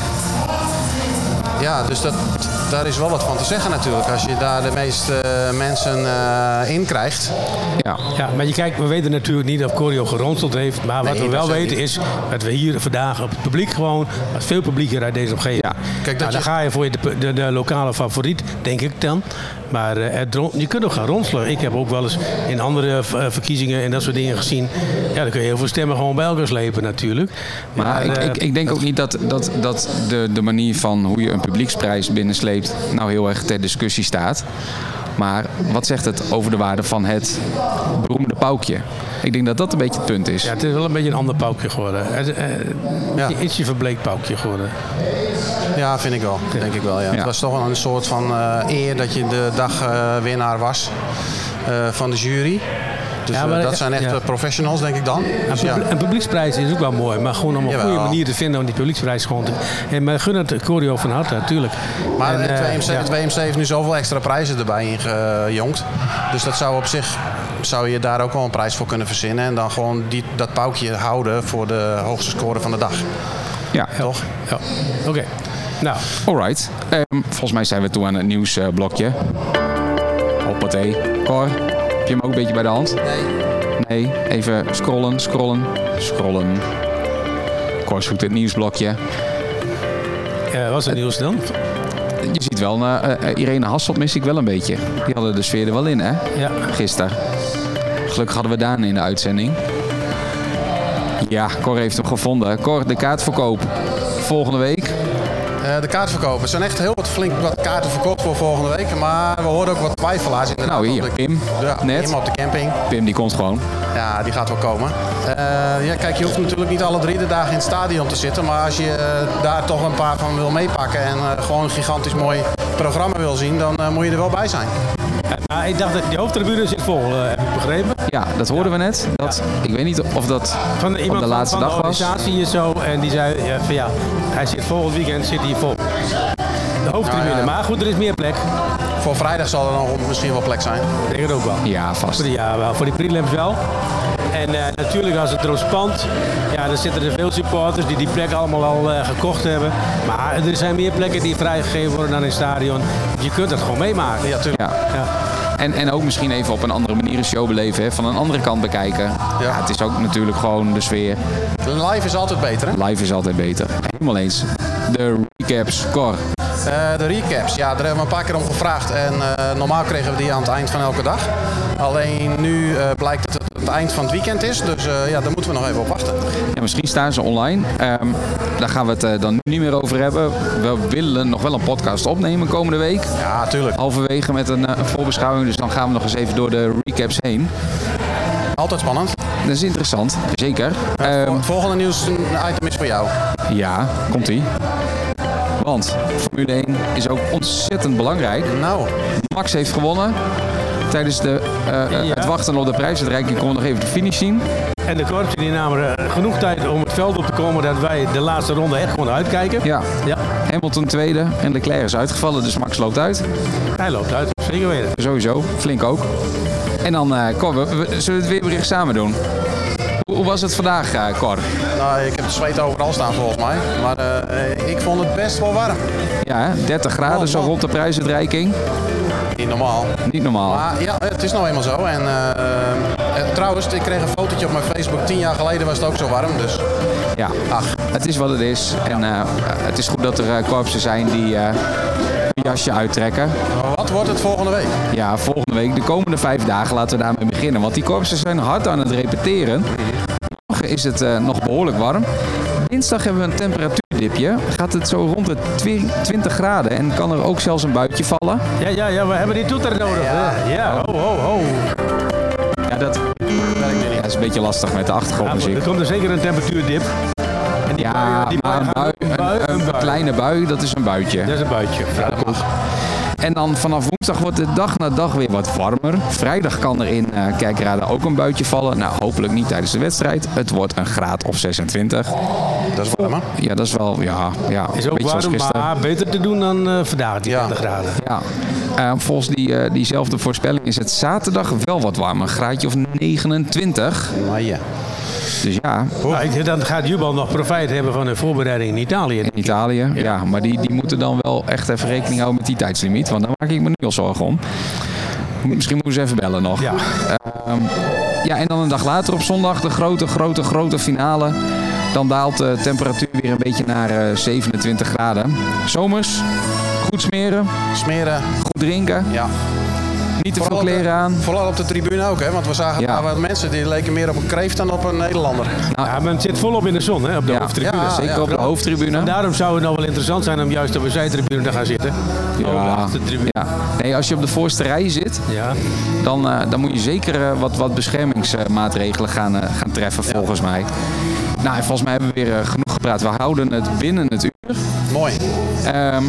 Ja, dus dat, daar is wel wat van te zeggen natuurlijk. Als je daar de meeste uh, mensen uh, in krijgt. Ja. Ja, maar je kijkt, we weten natuurlijk niet of Corio geronseld heeft. Maar wat nee, we wel weten niet. Is dat we hier vandaag op het publiek gewoon, wat veel publiek hier uit deze omgeving. Ja. Kijk, dat nou, dan je... ga je voor je de, de, de lokale favoriet, denk ik dan. Maar uh, het, je kunt ook gaan ronselen. Ik heb ook wel eens in andere uh, verkiezingen en dat soort dingen gezien. Ja, dan kun je heel veel stemmen gewoon bij elkaar slepen natuurlijk. Maar, maar ik, uh, ik, ik denk ook niet dat, dat, dat de, de manier van hoe je een publieksprijs binnensleept nou heel erg ter discussie staat. Maar wat zegt het over de waarde van het beroemde paukje? Ik denk dat dat een beetje het punt is. Ja, het is wel een beetje een ander paukje geworden. Het, uh, ja. Ietsje verbleekt paukje geworden. Ja, vind ik wel. Ja. Denk ik wel, ja. Ja. Het was toch wel een soort van uh, eer dat je de dagwinnaar uh, was uh, van de jury. Dus ja, maar, uh, dat zijn echt ja. professionals, denk ik dan. Dus, een, ja. een publieksprijs is ook wel mooi, maar gewoon om een goede manier te vinden om die publieksprijs gewoon te... En maar gun het Corio van harte, natuurlijk. Maar en, het, W M C, ja. het W M C heeft nu zoveel extra prijzen erbij ingejongd. Dus dat zou op zich, zou je daar ook wel een prijs voor kunnen verzinnen. En dan gewoon die, dat paukje houden voor de hoogste score van de dag. Ja, toch? Ja. Oké. Okay. Nou. Alright. Um, volgens mij zijn we toe aan het nieuwsblokje. Uh, Hoppatee. Cor, heb je hem ook een beetje bij de hand? Nee. Nee, even scrollen, scrollen, scrollen. Cor zoekt het nieuwsblokje. Uh, was het nieuws dan? Je ziet wel, uh, uh, Irene Hasselt mis ik wel een beetje. Die hadden de sfeer er wel in, hè? Ja. Gisteren. Gelukkig hadden we Daan in de uitzending. Ja, Cor heeft hem gevonden. Cor, de kaartverkoop volgende week. Uh, de kaartverkopen. Er zijn echt heel wat flink wat kaarten verkocht voor volgende week. Maar we horen ook wat twijfelaars inderdaad. Nou hier, op de, Pim. Ja, net. Pim op de camping. Pim die komt gewoon. Ja, die gaat wel komen. Uh, ja, kijk, je hoeft natuurlijk niet alle drie de dagen in het stadion te zitten. Maar als je uh, daar toch een paar van wil meepakken en uh, gewoon een gigantisch mooi programma wil zien, dan uh, moet je er wel bij zijn. Ja, ik dacht dat die hoofdtribune zit vol, uh, heb ik begrepen. Ja, dat hoorden we net. Dat, ja. Ik weet niet of dat van de, op de laatste van, dag van de was. organisatie en zo. En die zei, ja, van, ja, hij zit volgend weekend zit hij vol. De hoofdtribune. Nou, ja. Maar goed, er is meer plek. Voor vrijdag zal er nog misschien wel plek zijn. Ik denk het ook wel. Ja, vast. Voor die, ja, wel. Voor die prelims wel. En uh, natuurlijk als het erop spant, ja, dan zitten er veel supporters die die plek allemaal al uh, gekocht hebben. Maar er zijn meer plekken die vrijgegeven worden dan in het stadion. Je kunt het gewoon meemaken. Ja, tuurlijk. Ja. Ja. En, en ook misschien even op een andere manier een show beleven, hè? Van een andere kant bekijken. Ja. Ja, het is ook natuurlijk gewoon de sfeer. Live is altijd beter, hè? Live is altijd beter. Helemaal eens. De recaps, Cor. Uh, de recaps, ja, daar hebben we een paar keer om gevraagd. En uh, normaal kregen we die aan het eind van elke dag. Alleen nu uh, blijkt dat het het eind van het weekend is. Dus uh, ja, daar moeten we nog even op wachten. Ja, misschien staan ze online. Um, daar gaan we het uh, dan niet meer over hebben. We willen nog wel een podcast opnemen komende week. Ja, tuurlijk. Halverwege met een uh, voorbeschouwing. Dus dan gaan we nog eens even door de recaps heen. Altijd spannend. Dat is interessant, zeker. Ja, het um, volgende nieuws item is voor jou. Ja, komt-ie. Want Formule één is ook ontzettend belangrijk. Nou. Max heeft gewonnen. Tijdens de, uh, ja. het wachten op de prijsuitreiking kon we nog even de finish zien. En de korpsen die namen genoeg tijd om het veld op te komen dat wij de laatste ronde echt konden uitkijken. Ja. ja. Hamilton tweede en Leclerc is uitgevallen, dus Max loopt uit. Hij loopt uit, zeker weten. Sowieso, flink ook. En dan, uh, Cor, we, we, zullen we het weerbericht samen doen? Hoe was het vandaag, uh, Cor? Nou, ik heb de zweet overal staan volgens mij. Maar uh, ik vond het best wel warm. Ja, dertig graden oh, zo rond de prijsuitreiking. Niet normaal. Niet normaal. Maar ja, het is nou eenmaal zo. En uh, uh, trouwens, ik kreeg een fotootje op mijn Facebook. Tien jaar geleden was het ook zo warm. Dus ja, ach, het is wat het is. En uh, het is goed dat er uh, korpsen zijn die uh, een jasje uittrekken. Wat wordt het volgende week? Ja, volgende week. De komende vijf dagen laten we daarmee beginnen. Want die korpsen zijn hard aan het repeteren. Morgen is het uh, nog behoorlijk warm. Dinsdag hebben we een temperatuurdipje. Gaat het zo rond de twintig graden en kan er ook zelfs een buitje vallen. Ja, ja, ja, we hebben die toeter nodig. Ja, ja. Oh, oh, oh. Ja, dat, ja, dat is een beetje lastig met de achtergrondmuziek. Ja, er komt er zeker een temperatuurdip. En die ja, bui, die maar een, bui, een, bui, een, een, een kleine bui, dat is een buitje. Dat is een buitje. Ja, dat mag. En dan vanaf woensdag wordt de dag na dag weer wat warmer. Vrijdag kan er in uh, Kerkrade ook een buitje vallen. Nou, hopelijk niet tijdens de wedstrijd. Het wordt een graad of zesentwintig. Dat is warm, hè? Ja, dat is wel, ja. ja is ook warm, maar beter te doen dan uh, vandaag, die twintig ja. graden. Ja. Uh, volgens die, uh, diezelfde voorspelling is het zaterdag wel wat warmer. Een graadje of negenentwintig. Maar ja. Dus ja. Nou, dan gaat Jubal nog profijt hebben van hun voorbereiding in Italië. In Italië, ja. ja maar die, die moeten dan wel echt even rekening houden met die tijdslimiet. Want daar maak ik me nu al zorgen om. Misschien moeten ze even bellen nog. Ja. Uh, ja, en dan een dag later op zondag de grote, grote, grote finale. Dan daalt de temperatuur weer een beetje naar uh, zevenentwintig graden. Zomers, goed smeren. Smeren. Goed drinken. Ja. Niet te veel kleren aan. Vooral op de tribune ook, hè? Want we zagen ja. wat mensen die leken meer op een kreeft dan op een Nederlander. Nou, ja, maar het zit volop in de zon, hè, op de ja. hoofdtribune. Ja, zeker ja. op de hoofdtribune. En daarom zou het nou wel interessant zijn om juist op een zijtribune te gaan zitten. Ja. ja. Nee, als je op de voorste rij zit, ja. dan, uh, dan moet je zeker uh, wat, wat beschermingsmaatregelen gaan, uh, gaan treffen, volgens ja. mij. Nou, en volgens mij hebben we weer uh, genoeg gepraat. We houden het binnen het uur. Mooi. Um,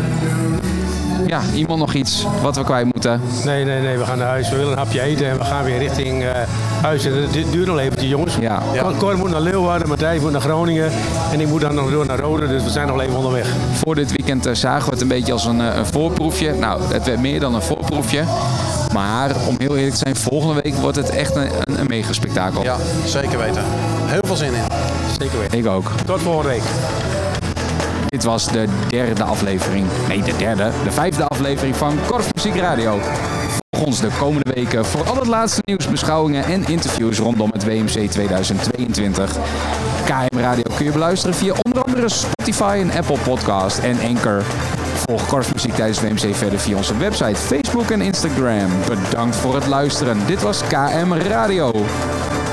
Ja, iemand nog iets wat we kwijt moeten? Nee, nee, nee, we gaan naar huis. We willen een hapje eten en we gaan weer richting uh, huis. En het duurt nog eventjes, jongens. Ja. Ja. Cor moet naar Leeuwarden, Matthijs moet naar Groningen. En ik moet dan nog door naar Rode, dus we zijn nog even onderweg. Voor dit weekend uh, zagen we het een beetje als een, uh, een voorproefje. Nou, het werd meer dan een voorproefje. Maar om heel eerlijk te zijn, volgende week wordt het echt een, een, een mega spektakel. Ja, zeker weten. Heel veel zin in. Zeker weten. Ik ook. Tot volgende week. Dit was de derde aflevering. Nee, de derde. De vijfde aflevering van Korf Muziek Radio. Volg ons de komende weken voor al het laatste nieuws, beschouwingen en interviews rondom het W M C tweeduizend tweeëntwintig. K M Radio kun je beluisteren via onder andere Spotify en Apple Podcast en Anchor. Volg Korpsmuziek tijdens W M C verder via onze website, Facebook en Instagram. Bedankt voor het luisteren. Dit was K M Radio.